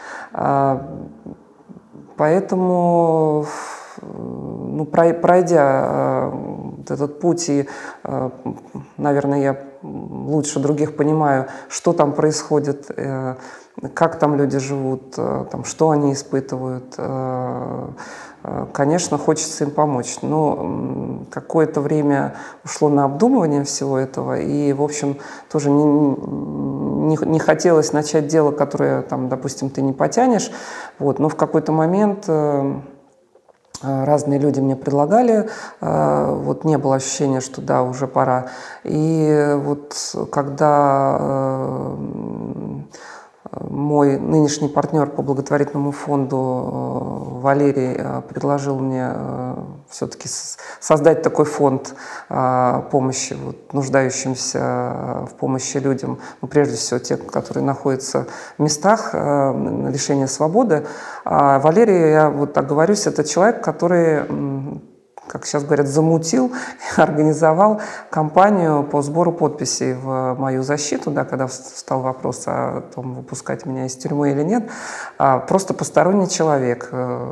Поэтому, ну, пройдя этот путь, и, наверное, я лучше других понимаю, что там происходит, как там люди живут, там, что они испытывают. Конечно, хочется им помочь, но какое-то время ушло на обдумывание всего этого, и, в общем, тоже не хотелось начать дело, которое, там, допустим, ты не потянешь, вот, но в какой-то момент разные люди мне предлагали, вот не было ощущения, что да, уже пора. И вот когда Мой нынешний партнер по благотворительному фонду Валерий предложил мне все-таки создать такой фонд помощи нуждающимся в помощи людям, прежде всего те, которые находятся в местах лишения свободы. Валерий, я оговорюсь, это человек, который, как сейчас говорят, замутил и организовал кампанию по сбору подписей в мою защиту, когда встал вопрос о том, выпускать меня из тюрьмы или нет. Просто посторонний человек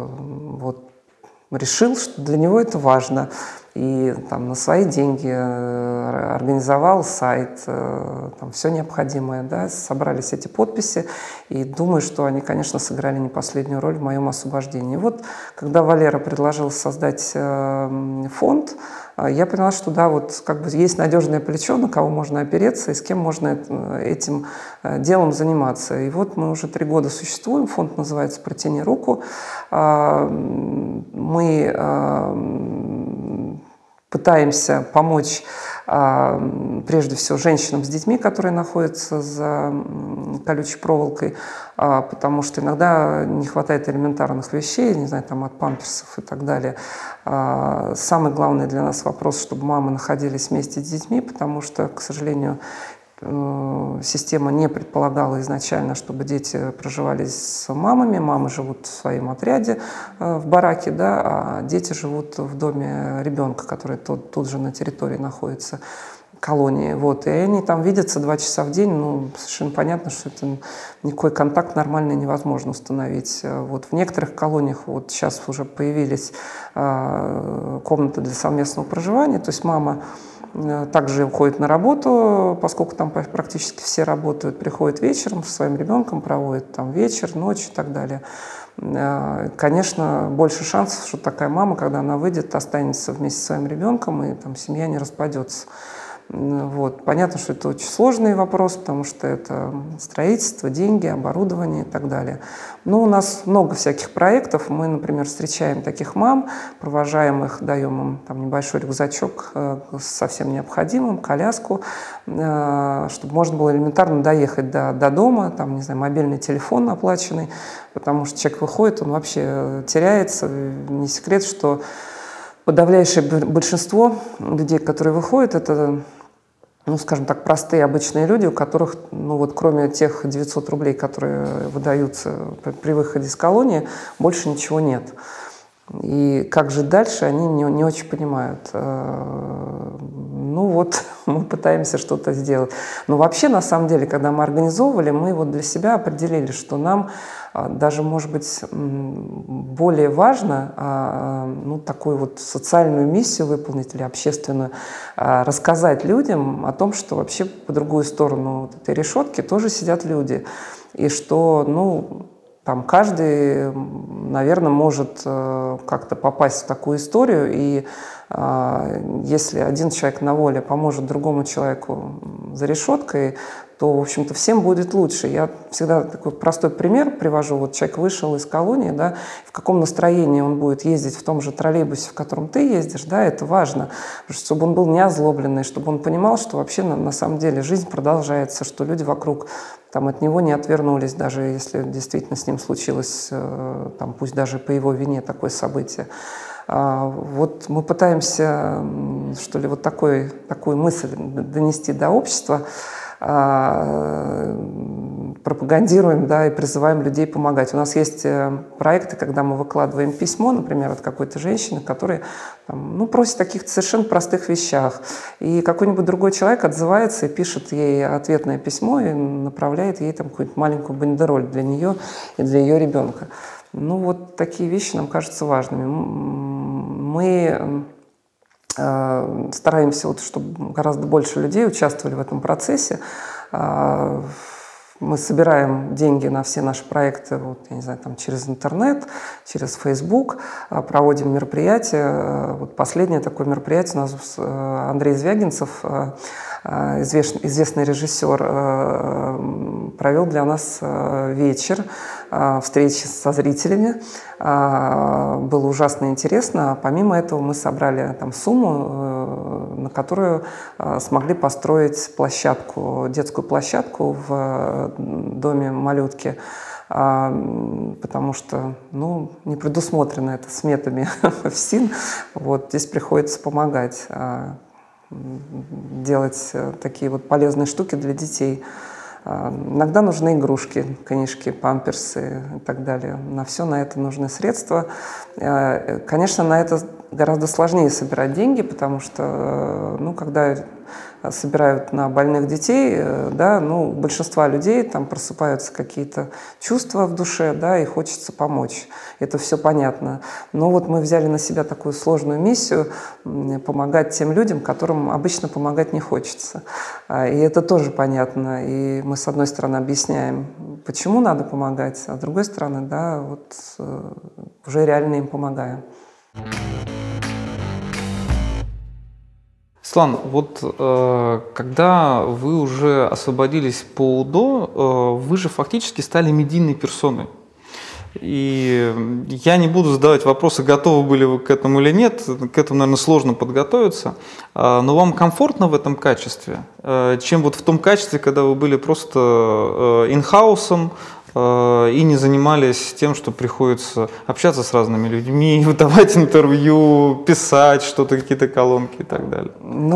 решил, что для него это важно. И на свои деньги организовал сайт, все необходимое, собрались эти подписи, и думаю, что они, конечно, сыграли не последнюю роль в моем освобождении. Когда Валера предложил создать фонд, я поняла, что есть надежное плечо, на кого можно опереться и с кем можно этим делом заниматься. И мы уже 3 года существуем, фонд называется «Протяни руку». Мы пытаемся помочь прежде всего женщинам с детьми, которые находятся за колючей проволокой, потому что иногда не хватает элементарных вещей, не знаю, от памперсов и так далее. Самый главный для нас вопрос, чтобы мамы находились вместе с детьми, потому что, к сожалению, система не предполагала изначально, чтобы дети проживали с мамами. Мамы живут в своем отряде в бараке, а дети живут в доме ребенка, который тут же на территории находится, колонии. И они там видятся 2 часа в день. Совершенно понятно, что это никакой контакт нормальный невозможно установить. В некоторых колониях сейчас уже появились комнаты для совместного проживания, то есть мама также уходит на работу, поскольку там практически все работают, приходит вечером со своим ребенком, проводит вечер, ночь и так далее. Конечно, больше шансов, что такая мама, когда она выйдет, останется вместе со своим ребенком, и семья не распадется. Понятно, что это очень сложный вопрос, потому что это строительство, деньги, оборудование и так далее. Но у нас много всяких проектов. Мы, например, встречаем таких мам, провожаем их, даем им небольшой рюкзачок со всем необходимым, коляску, чтобы можно было элементарно доехать до дома, мобильный телефон оплаченный, потому что человек выходит, он вообще теряется. Не секрет, что подавляющее большинство людей, которые выходят, это, скажем так, простые обычные люди, у которых, кроме тех 900 рублей, которые выдаются при выходе из колонии, больше ничего нет. И как жить дальше, они не очень понимают. Мы пытаемся что-то сделать. Но вообще, на самом деле, когда мы организовывали, мы для себя определили, что нам даже, может быть, более важно такую социальную миссию выполнить или общественную, рассказать людям о том, что вообще по другую сторону этой решетки тоже сидят люди. И что, каждый, наверное, может как-то попасть в такую историю, и если один человек на воле поможет другому человеку за решеткой, то, в общем-то, всем будет лучше. Я всегда такой простой пример привожу. Человек вышел из колонии, в каком настроении он будет ездить в том же троллейбусе, в котором ты ездишь, это важно, чтобы он был не озлобленный, чтобы он понимал, что вообще на самом деле жизнь продолжается, что люди вокруг от него не отвернулись, даже если действительно с ним случилось, пусть даже по его вине такое событие. Мы пытаемся, что ли, такую мысль донести до общества, пропагандируем, и призываем людей помогать. У нас есть проекты, когда мы выкладываем письмо, например, от какой-то женщины, которая просит о каких-то совершенно простых вещах. И какой-нибудь другой человек отзывается и пишет ей ответное письмо и направляет ей какую-то маленькую бандероль для нее и для ее ребенка. Такие вещи нам кажутся важными. Мы стараемся, чтобы гораздо больше людей участвовали в этом процессе. Мы собираем деньги на все наши проекты, я не знаю, через интернет, через Facebook, проводим мероприятия. Последнее такое мероприятие у нас Андрей Звягинцев, известный режиссер, провел для нас вечер встречи со зрителями. Было ужасно интересно. Помимо этого мы собрали сумму, на которую смогли построить площадку, детскую площадку в доме малютки, потому что не предусмотрено это сметами ФСИН. Вот, здесь приходится помогать, делать такие вот полезные штуки для детей. Иногда нужны игрушки, книжки, памперсы и так далее. На все на это нужны средства. Конечно, на это гораздо сложнее собирать деньги, потому что, когда собирают на больных детей, у большинства людей там просыпаются какие-то чувства в душе, и хочется помочь. Это все понятно. Но вот мы взяли на себя такую сложную миссию помогать тем людям, которым обычно помогать не хочется. И это тоже понятно. И мы, с одной стороны, объясняем, почему надо помогать, а с другой стороны, уже реально им помогаем. Светлана, когда вы уже освободились по УДО, вы же фактически стали медийной персоной. И я не буду задавать вопросы, готовы были вы к этому или нет, к этому, наверное, сложно подготовиться, но вам комфортно в этом качестве, чем вот в том качестве, когда вы были просто инхаусом, и не занимались тем, что приходится общаться с разными людьми, давать интервью, писать что-то, какие-то колонки и так далее?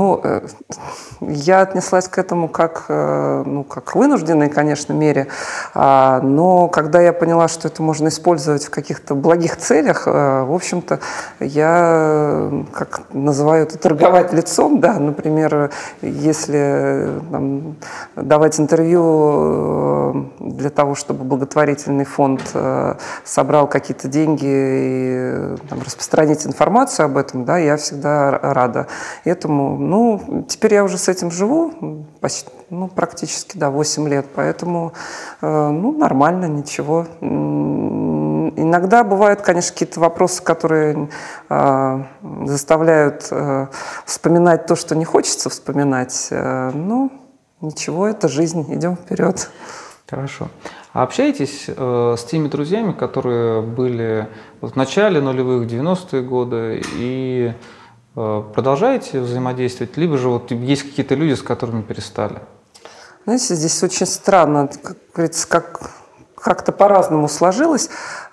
Я отнеслась к этому как к вынужденной, конечно, мере, но когда я поняла, что это можно использовать в каких-то благих целях, в общем-то, я, как называю это, торговать лицом, например, если давать интервью для того, чтобы благотворительный фонд собрал какие-то деньги и распространить информацию об этом, я всегда рада этому. Теперь я уже с этим живу почти, практически 8 лет, поэтому нормально, ничего. Иногда бывают, конечно, какие-то вопросы, которые заставляют вспоминать то, что не хочется вспоминать. Ничего, это жизнь, идем вперед. Хорошо. А общаетесь с теми друзьями, которые были в начале нулевых, 90-е годы, и продолжаете взаимодействовать, либо же есть какие-то люди, с которыми перестали? Знаете, здесь очень странно, как говорится, как-то по-разному сложилось.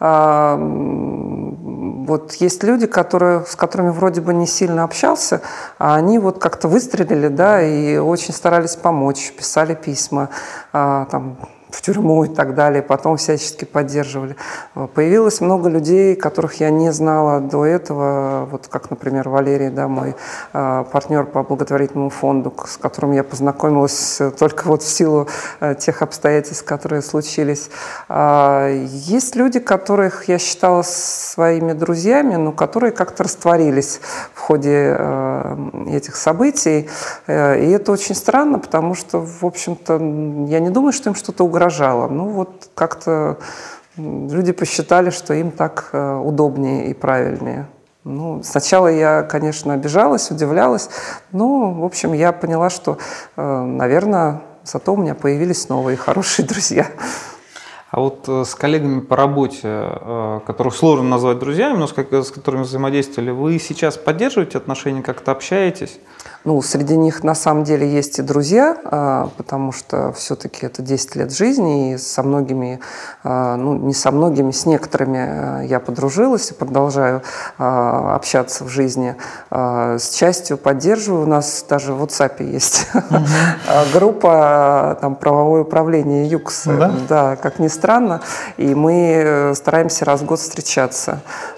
Есть люди, с которыми вроде бы не сильно общался, а они как-то выстрелили, и очень старались помочь, писали письма, в тюрьму и так далее, потом всячески поддерживали. Появилось много людей, которых я не знала до этого, как, например, Валерий, мой партнер по благотворительному фонду, с которым я познакомилась только в силу тех обстоятельств, которые случились. Есть люди, которых я считала своими друзьями, но которые как-то растворились в ходе этих событий. И это очень странно, потому что, в общем-то, я не думаю, что им что-то угрожало. Как-то люди посчитали, что им так удобнее и правильнее. Сначала я, конечно, обижалась, удивлялась, но, в общем, я поняла, что, наверное, зато у меня появились новые хорошие друзья. А с коллегами по работе, которых сложно назвать друзьями, но с которыми взаимодействовали, вы сейчас поддерживаете отношения, как-то общаетесь? Среди них на самом деле есть и друзья, потому что все-таки это 10 лет жизни, и со многими, не со многими, с некоторыми я подружилась и продолжаю общаться в жизни. С частью поддерживаю, у нас даже в WhatsApp есть группа правовое управление ЮКС, как ни странно, и мы стараемся раз в год встречаться.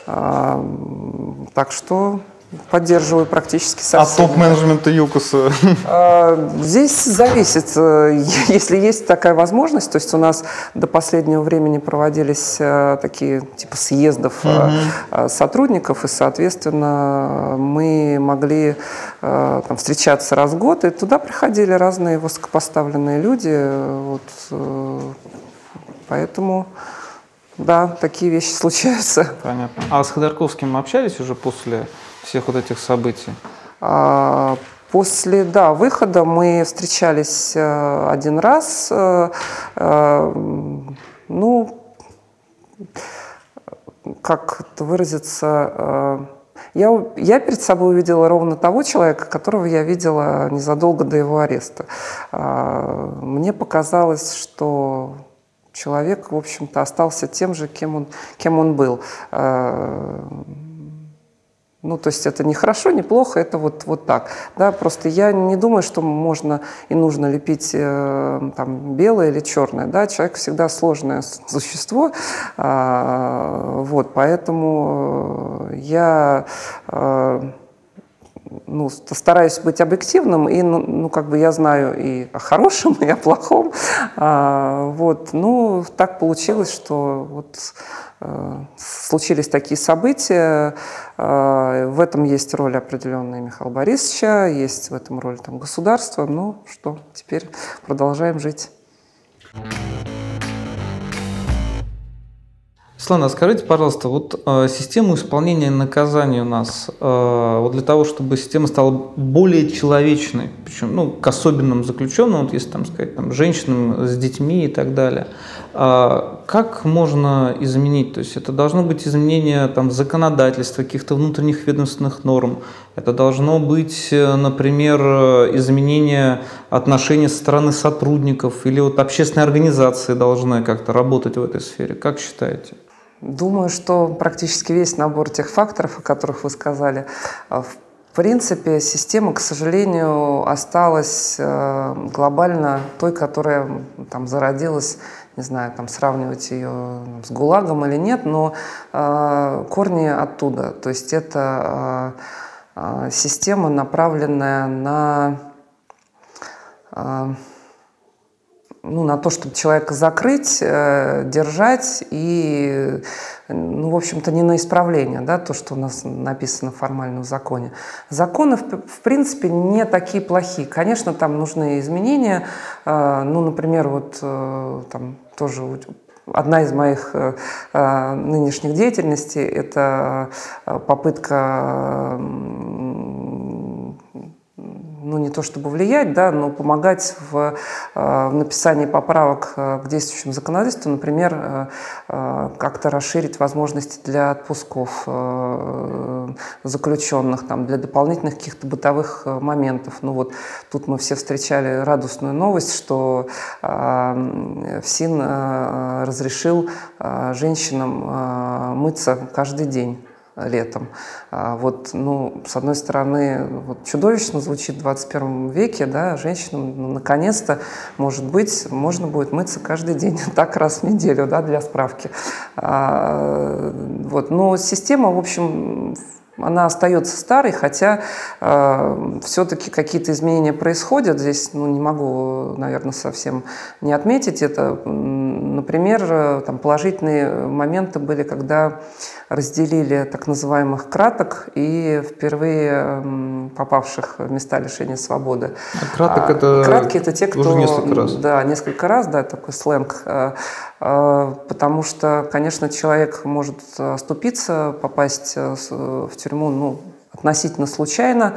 Так что поддерживаю практически со всеми. А топ-менеджмента ЮКОСа? Здесь зависит, если есть такая возможность. То есть у нас до последнего времени проводились такие типа съездов сотрудников, и, соответственно, мы могли встречаться раз в год, и туда приходили разные высокопоставленные люди. Поэтому, такие вещи случаются. Понятно. А с Ходорковским общались уже после всех этих событий? После выхода мы встречались один раз. Как это выразиться, Я перед собой увидела ровно того человека, которого я видела незадолго до его ареста. Мне показалось, что человек, в общем-то, остался тем же, кем он был. Ну, то есть это не хорошо, не плохо, это вот так. Да? Просто я не думаю, что можно и нужно лепить там, белое или черное. Да? Человек всегда сложное существо. Вот, поэтому я стараюсь быть объективным, и как бы я знаю и о хорошем, и о плохом. Вот. Ну, так получилось, что вот случились такие события. В этом есть роль определенная Михаила Борисовича, есть в этом роль там, государства. Ну что, теперь продолжаем жить. Светлана, скажите, пожалуйста, вот систему исполнения наказаний у нас, вот для того, чтобы система стала более человечной, причем к особенным заключенным, вот если там сказать, там, женщинам с детьми и так далее, как можно изменить? То есть это должно быть изменение там, законодательства, каких-то внутренних ведомственных норм, это должно быть, например, изменение отношений со стороны сотрудников, или вот общественные организации должны как-то работать в этой сфере. Как считаете? Думаю, что практически весь набор тех факторов, о которых вы сказали, в принципе, система, к сожалению, осталась глобально той, которая там зародилась, не знаю, там сравнивать ее с ГУЛАГом или нет, но корни оттуда. То есть это система, направленная на то, чтобы человека закрыть, держать и, в общем-то, не на исправление, да, то, что у нас написано формально в законе. Законы, в принципе, не такие плохие. Конечно, там нужны изменения. Например, вот там тоже одна из моих нынешних деятельностей – это попытка не то чтобы влиять, да, но помогать в написании поправок к действующему законодательству, например, как-то расширить возможности для отпусков заключенных, там, для дополнительных каких-то бытовых моментов. Тут мы все встречали радостную новость, что ФСИН разрешил женщинам мыться каждый день летом. С одной стороны, чудовищно звучит в 21 веке, да, женщинам наконец-то, может быть, можно будет мыться каждый день, так раз в неделю, да, для справки. Но система, в общем, она остается старой, хотя все-таки какие-то изменения происходят. Здесь не могу, наверное, совсем не отметить это. Например, там положительные моменты были, когда разделили так называемых краток и впервые попавших в места лишения свободы. Кратки – это те, кто… Уже несколько раз. Да, несколько раз, да, такой сленг. Потому что, конечно, человек может оступиться, попасть в тюрьму, относительно случайно,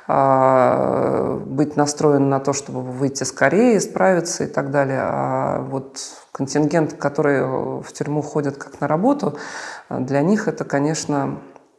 быть настроен на то, чтобы выйти скорее, справиться и так далее. А вот контингент, который в тюрьму ходят как на работу, для них это, конечно,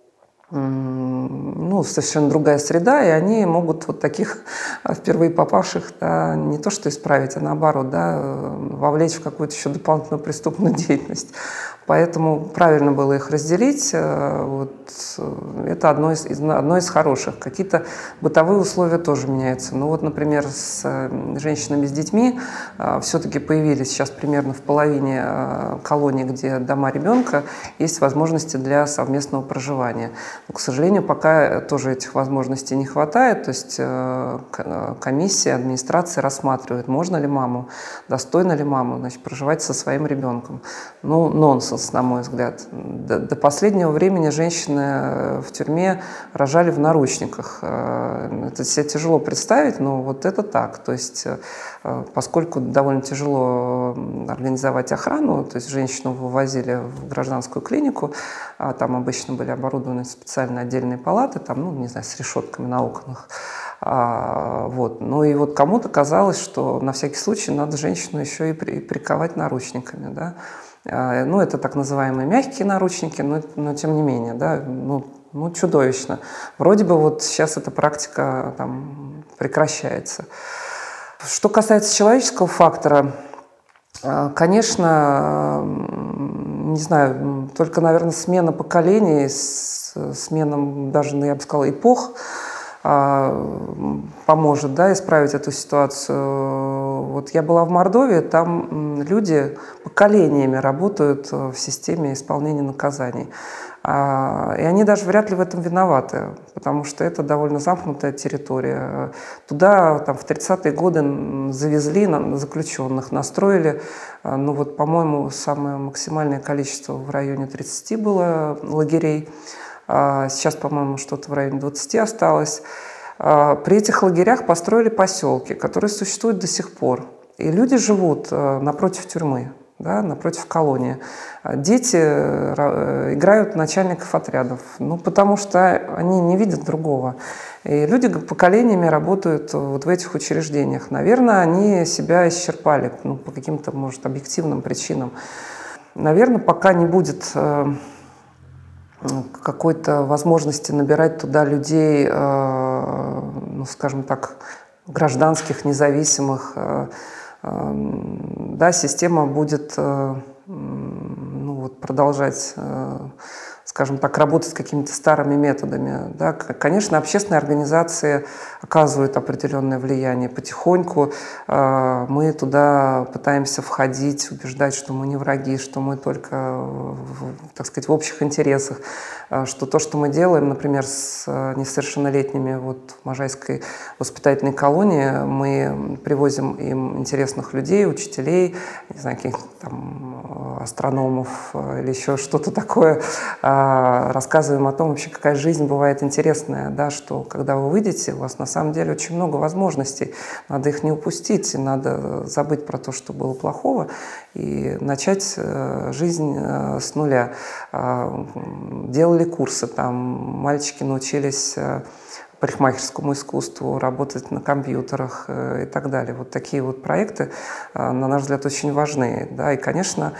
совершенно другая среда, и они могут вот таких впервые попавших, да, не то что исправить, а наоборот, да, вовлечь в какую-то еще дополнительную преступную деятельность. Поэтому правильно было их разделить. Это одно из хороших. Какие-то бытовые условия тоже меняются. Например, с женщинами с детьми все-таки появились сейчас примерно в половине колоний, где дома ребенка, есть возможности для совместного проживания. Но, к сожалению, пока тоже этих возможностей не хватает. То есть комиссия, администрация рассматривает, можно ли маму, достойно ли маму, проживать со своим ребенком. Нонсенс, на мой взгляд. До последнего времени женщины в тюрьме рожали в наручниках. Это себе тяжело представить, но вот это так. То есть, поскольку довольно тяжело организовать охрану, то есть женщину вывозили в гражданскую клинику, а там обычно были оборудованы специально отдельные палаты, там, с решетками на окнах. Кому-то казалось, что на всякий случай надо женщину еще и приковать наручниками, да. Это так называемые мягкие наручники, но тем не менее, да, Ну, чудовищно. Вроде бы вот сейчас эта практика там прекращается. Что касается человеческого фактора, конечно, не знаю, только, наверное, смена поколений, смена даже, я бы сказала, эпох поможет, да, исправить эту ситуацию. Вот я была в Мордовии, там люди поколениями работают в системе исполнения наказаний. И они даже вряд ли в этом виноваты, потому что это довольно замкнутая территория. Туда там, в 30-е годы завезли заключенных, настроили, ну вот, по-моему, самое максимальное количество в районе 30 было лагерей. Сейчас, по-моему, что-то в районе 20 осталось. При этих лагерях построили поселки, которые существуют до сих пор. И люди живут напротив тюрьмы, да, напротив колонии. Дети играют начальников отрядов, ну, потому что они не видят другого. И люди поколениями работают вот в этих учреждениях. Наверное, они себя исчерпали, ну, по каким-то, может, объективным причинам. Наверное, пока не будет какой-то возможности набирать туда людей, ну, скажем так, гражданских, независимых, да, система будет, ну, вот, продолжать, скажем так, работать с какими-то старыми методами. Да. Конечно, общественные организации оказывают определенное влияние. Потихоньку мы туда пытаемся входить, убеждать, что мы не враги, что мы только, так сказать, в общих интересах, что то, что мы делаем, например, с несовершеннолетними вот, в Можайской воспитательной колонии, мы привозим им интересных людей, учителей, не знаю, каких-то там астрономов или еще что-то такое, рассказываем о том, вообще, какая жизнь бывает интересная, да, что когда вы выйдете, у вас на самом деле очень много возможностей, надо их не упустить, надо забыть про то, что было плохого, и начать жизнь с нуля. Делали курсы, там мальчики научились парикмахерскому искусству, работать на компьютерах и так далее. Вот такие вот проекты, на наш взгляд, очень важны. Да? И, конечно,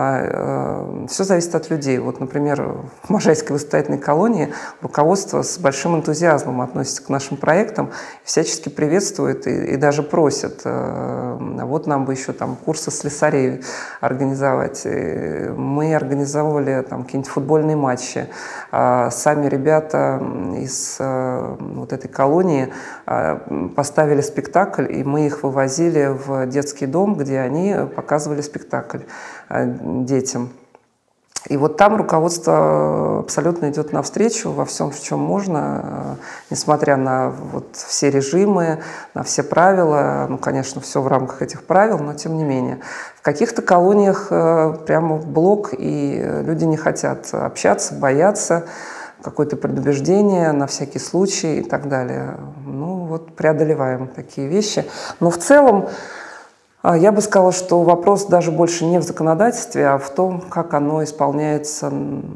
все зависит от людей. Вот, например, в Можайской воспитательной колонии руководство с большим энтузиазмом относится к нашим проектам, всячески приветствует и даже просит. Вот нам бы еще там курсы слесарей организовать. Мы организовывали там какие-нибудь футбольные матчи. Сами ребята из вот этой колонии поставили спектакль, и мы их вывозили в детский дом, где они показывали спектакль детям. И вот там руководство абсолютно идет навстречу во всем, в чем можно, несмотря на вот все режимы, на все правила. Ну, конечно, все в рамках этих правил, но тем не менее. В каких-то колониях прямо в блок, и люди не хотят общаться, боятся, какое-то предубеждение на всякий случай и так далее. Ну, вот преодолеваем такие вещи. Но в целом, я бы сказала, что вопрос даже больше не в законодательстве, а в том, как оно исполняется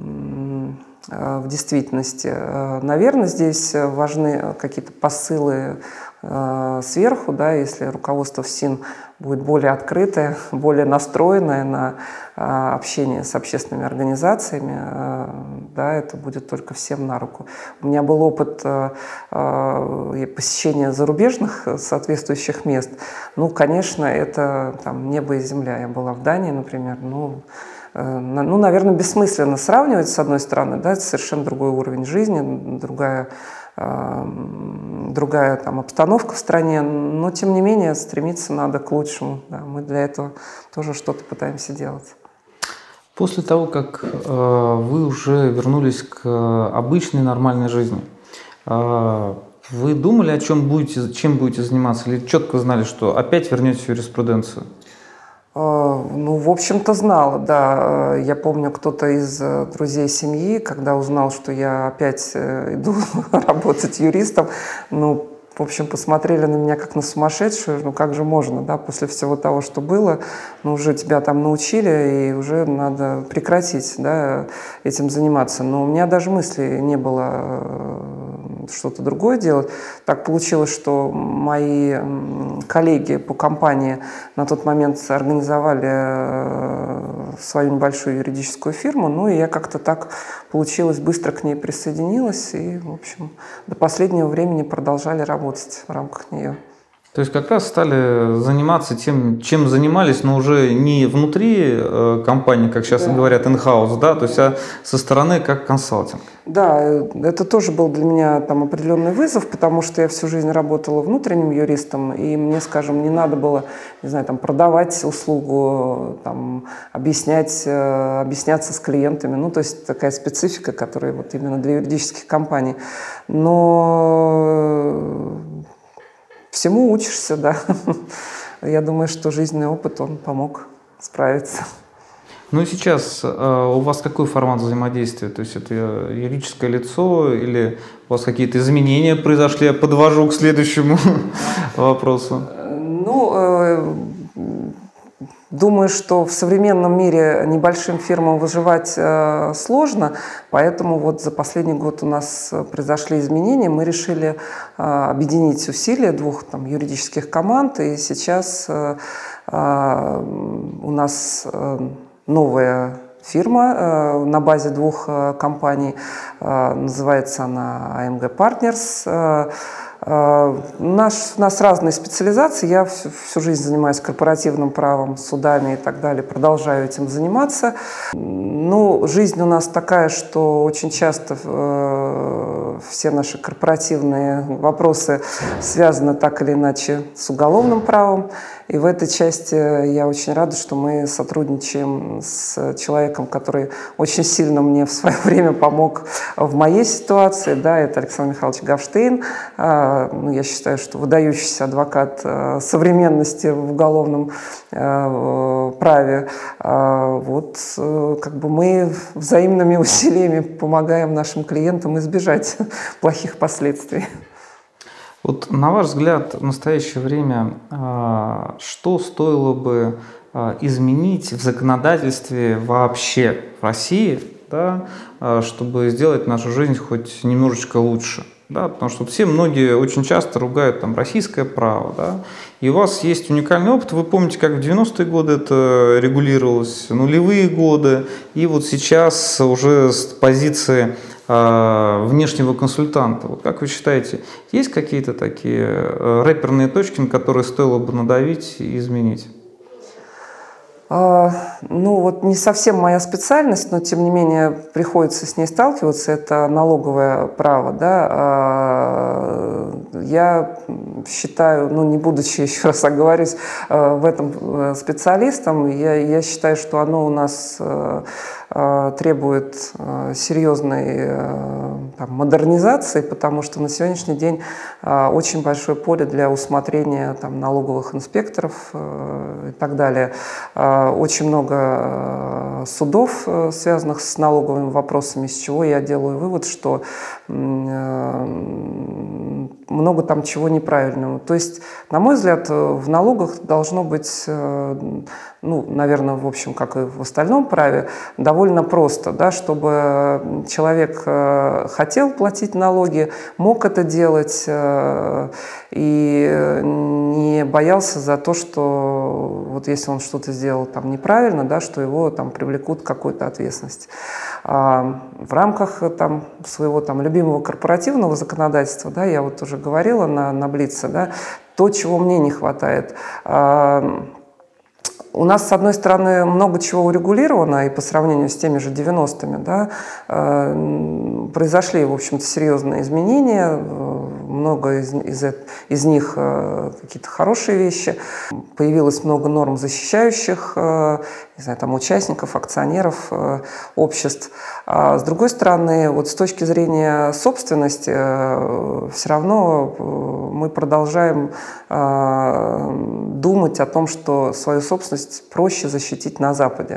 в действительности. Наверное, здесь важны какие-то посылы сверху, да, если руководство ФСИН будет более открытое, более настроенное на общение с общественными организациями, да, это будет только всем на руку. У меня был опыт посещения зарубежных соответствующих мест. Ну, конечно, это там небо и земля. Я была в Дании, например, ну, наверное, бессмысленно сравнивать, с одной стороны, да, это совершенно другой уровень жизни, другая там обстановка в стране, но тем не менее стремиться надо к лучшему. Да, мы для этого тоже что-то пытаемся делать. После того, как вы уже вернулись к обычной нормальной жизни, вы думали, о чем будете заниматься, или четко знали, что опять вернетесь в юриспруденцию? Ну, в общем-то, знала, да. Я помню, кто-то из друзей семьи, когда узнал, что я опять иду работать юристом, ну, в общем, посмотрели на меня как на сумасшедшую, ну, как же можно, да, после всего того, что было, ну, уже тебя там научили, и уже надо прекратить, да, этим заниматься. Но у меня даже мысли не было что-то другое делать. Так получилось, что мои коллеги по компании на тот момент организовали свою небольшую юридическую фирму, ну и я как-то так получилось, быстро к ней присоединилась и, в общем, до последнего времени продолжали работать в рамках нее. То есть как раз стали заниматься тем, чем занимались, но уже не внутри компании, как сейчас говорят, in-house, да, то есть а со стороны как консалтинг. Да, это тоже был для меня там определенный вызов, потому что я всю жизнь работала внутренним юристом, и мне, скажем, не надо было, не знаю, там, продавать услугу, там, объясняться с клиентами, ну, то есть такая специфика, которая вот именно для юридических компаний. Но всему учишься, да. Я думаю, что жизненный опыт, он помог справиться. Ну и сейчас у вас какой формат взаимодействия? То есть это юридическое лицо или у вас какие-то изменения произошли? Я подвожу к следующему вопросу. Ну, думаю, что в современном мире небольшим фирмам выживать сложно, поэтому вот за последний год у нас произошли изменения. Мы решили объединить усилия двух там, юридических команд, и сейчас у нас новая фирма на базе двух компаний. Называется она AMG Partners. У нас разные специализации. Я всю жизнь занимаюсь корпоративным правом, судами и так далее. Продолжаю этим заниматься. Ну, жизнь у нас такая, что очень часто все наши корпоративные вопросы связаны так или иначе с уголовным правом. И в этой части я очень рада, что мы сотрудничаем с человеком, который очень сильно мне в свое время помог в моей ситуации. Да, это Александр Михайлович Гавштейн. Я считаю, что выдающийся адвокат современности в уголовном праве. Вот как бы мы взаимными усилиями помогаем нашим клиентам избежать плохих последствий. Вот на ваш взгляд, в настоящее время, что стоило бы изменить в законодательстве вообще в России, да, чтобы сделать нашу жизнь хоть немножечко лучше? Да, потому что все многие очень часто ругают там российское право, да, и у вас есть уникальный опыт. Вы помните, как в 90-е годы это регулировалось, нулевые годы, и вот сейчас уже с позиции внешнего консультанта. Вот как вы считаете, есть какие-то такие рэперные точки, на которые стоило бы надавить и изменить? Ну, вот не совсем моя специальность, но тем не менее приходится с ней сталкиваться, это налоговое право, да. Я считаю, ну, не будучи, еще раз оговорюсь, в этом специалистом, я считаю, что оно у нас требует серьезной там, модернизации, потому что на сегодняшний день очень большое поле для усмотрения там, налоговых инспекторов и так далее. Очень много судов, связанных с налоговыми вопросами, с чего я делаю вывод, что много там чего неправильного. То есть, на мой взгляд, в налогах должно быть, ну, наверное, в общем, как и в остальном праве, довольно просто, да, чтобы человек хотел платить налоги, мог это делать и не боялся за то, что вот если он что-то сделал там неправильно, да, что его там привлекут к какой-то ответственности. В рамках там, своего там, любимого корпоративного законодательства, да, я вот уже говорила на Блице, да, то, чего мне не хватает. У нас, с одной стороны, много чего урегулировано, и по сравнению с теми же 90-ми, да, произошли, в общем-то, серьезные изменения, много из них какие-то хорошие вещи. Появилось много норм, защищающих, не знаю, там, участников, акционеров, обществ. А с другой стороны, вот с точки зрения собственности, все равно мы продолжаем думать о том, что свою собственность проще защитить на Западе.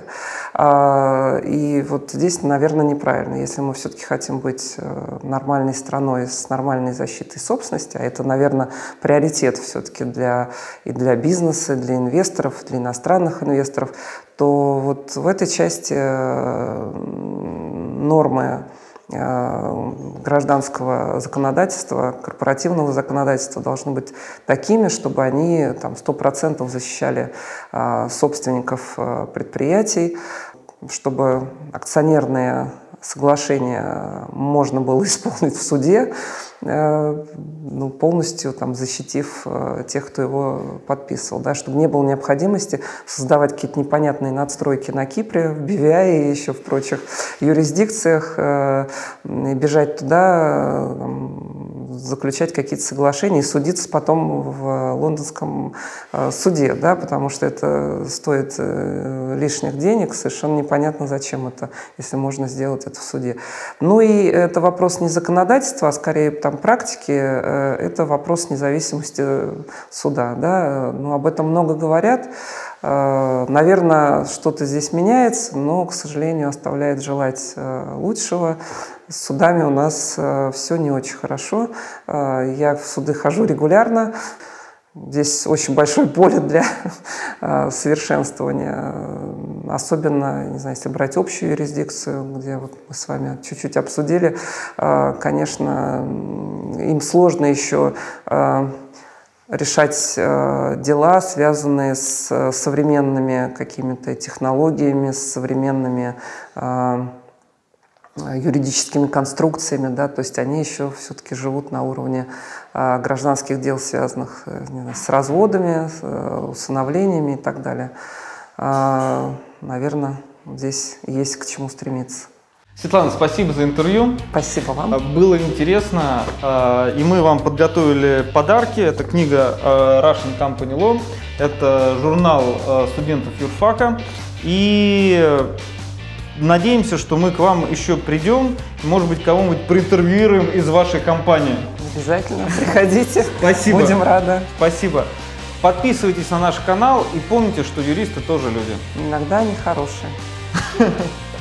И вот здесь, наверное, неправильно. Если мы все-таки хотим быть нормальной страной с нормальной защитой собственности, а это, наверное, приоритет все-таки и для бизнеса, и для инвесторов, для иностранных инвесторов, то вот в этой части нормы гражданского законодательства, корпоративного законодательства должны быть такими, чтобы они там 100% защищали собственников предприятий, чтобы акционерные соглашения можно было исполнить в суде, полностью там, защитив тех, кто его подписывал, да, чтобы не было необходимости создавать какие-то непонятные надстройки на Кипре, в BVI и еще в прочих юрисдикциях, бежать туда, заключать какие-то соглашения и судиться потом в лондонском суде, да, потому что это стоит лишних денег, совершенно непонятно, зачем это, если можно сделать это в суде. Ну и это вопрос не законодательства, а скорее там практики, это вопрос независимости суда, да, об этом много говорят. Наверное, что-то здесь меняется, но, к сожалению, оставляет желать лучшего. С судами у нас все не очень хорошо. Я в суды хожу регулярно. Здесь очень большое поле для совершенствования. Особенно, не знаю, если брать общую юрисдикцию, где вот мы с вами чуть-чуть обсудили, конечно, им сложно еще решать дела, связанные с современными какими-то технологиями, с современными юридическими конструкциями, да, то есть они еще все-таки живут на уровне гражданских дел, связанных с разводами, с усыновлениями и так далее. Наверное, здесь есть к чему стремиться. Светлана, спасибо за интервью. Спасибо вам. Было интересно, и мы вам подготовили подарки. Это книга Russian Company Law, это журнал студентов юрфака. И надеемся, что мы к вам еще придем, может быть, кого-нибудь проинтервьюируем из вашей компании. Обязательно приходите. Спасибо. Будем рады. Спасибо. Подписывайтесь на наш канал и помните, что юристы тоже люди. Иногда они хорошие.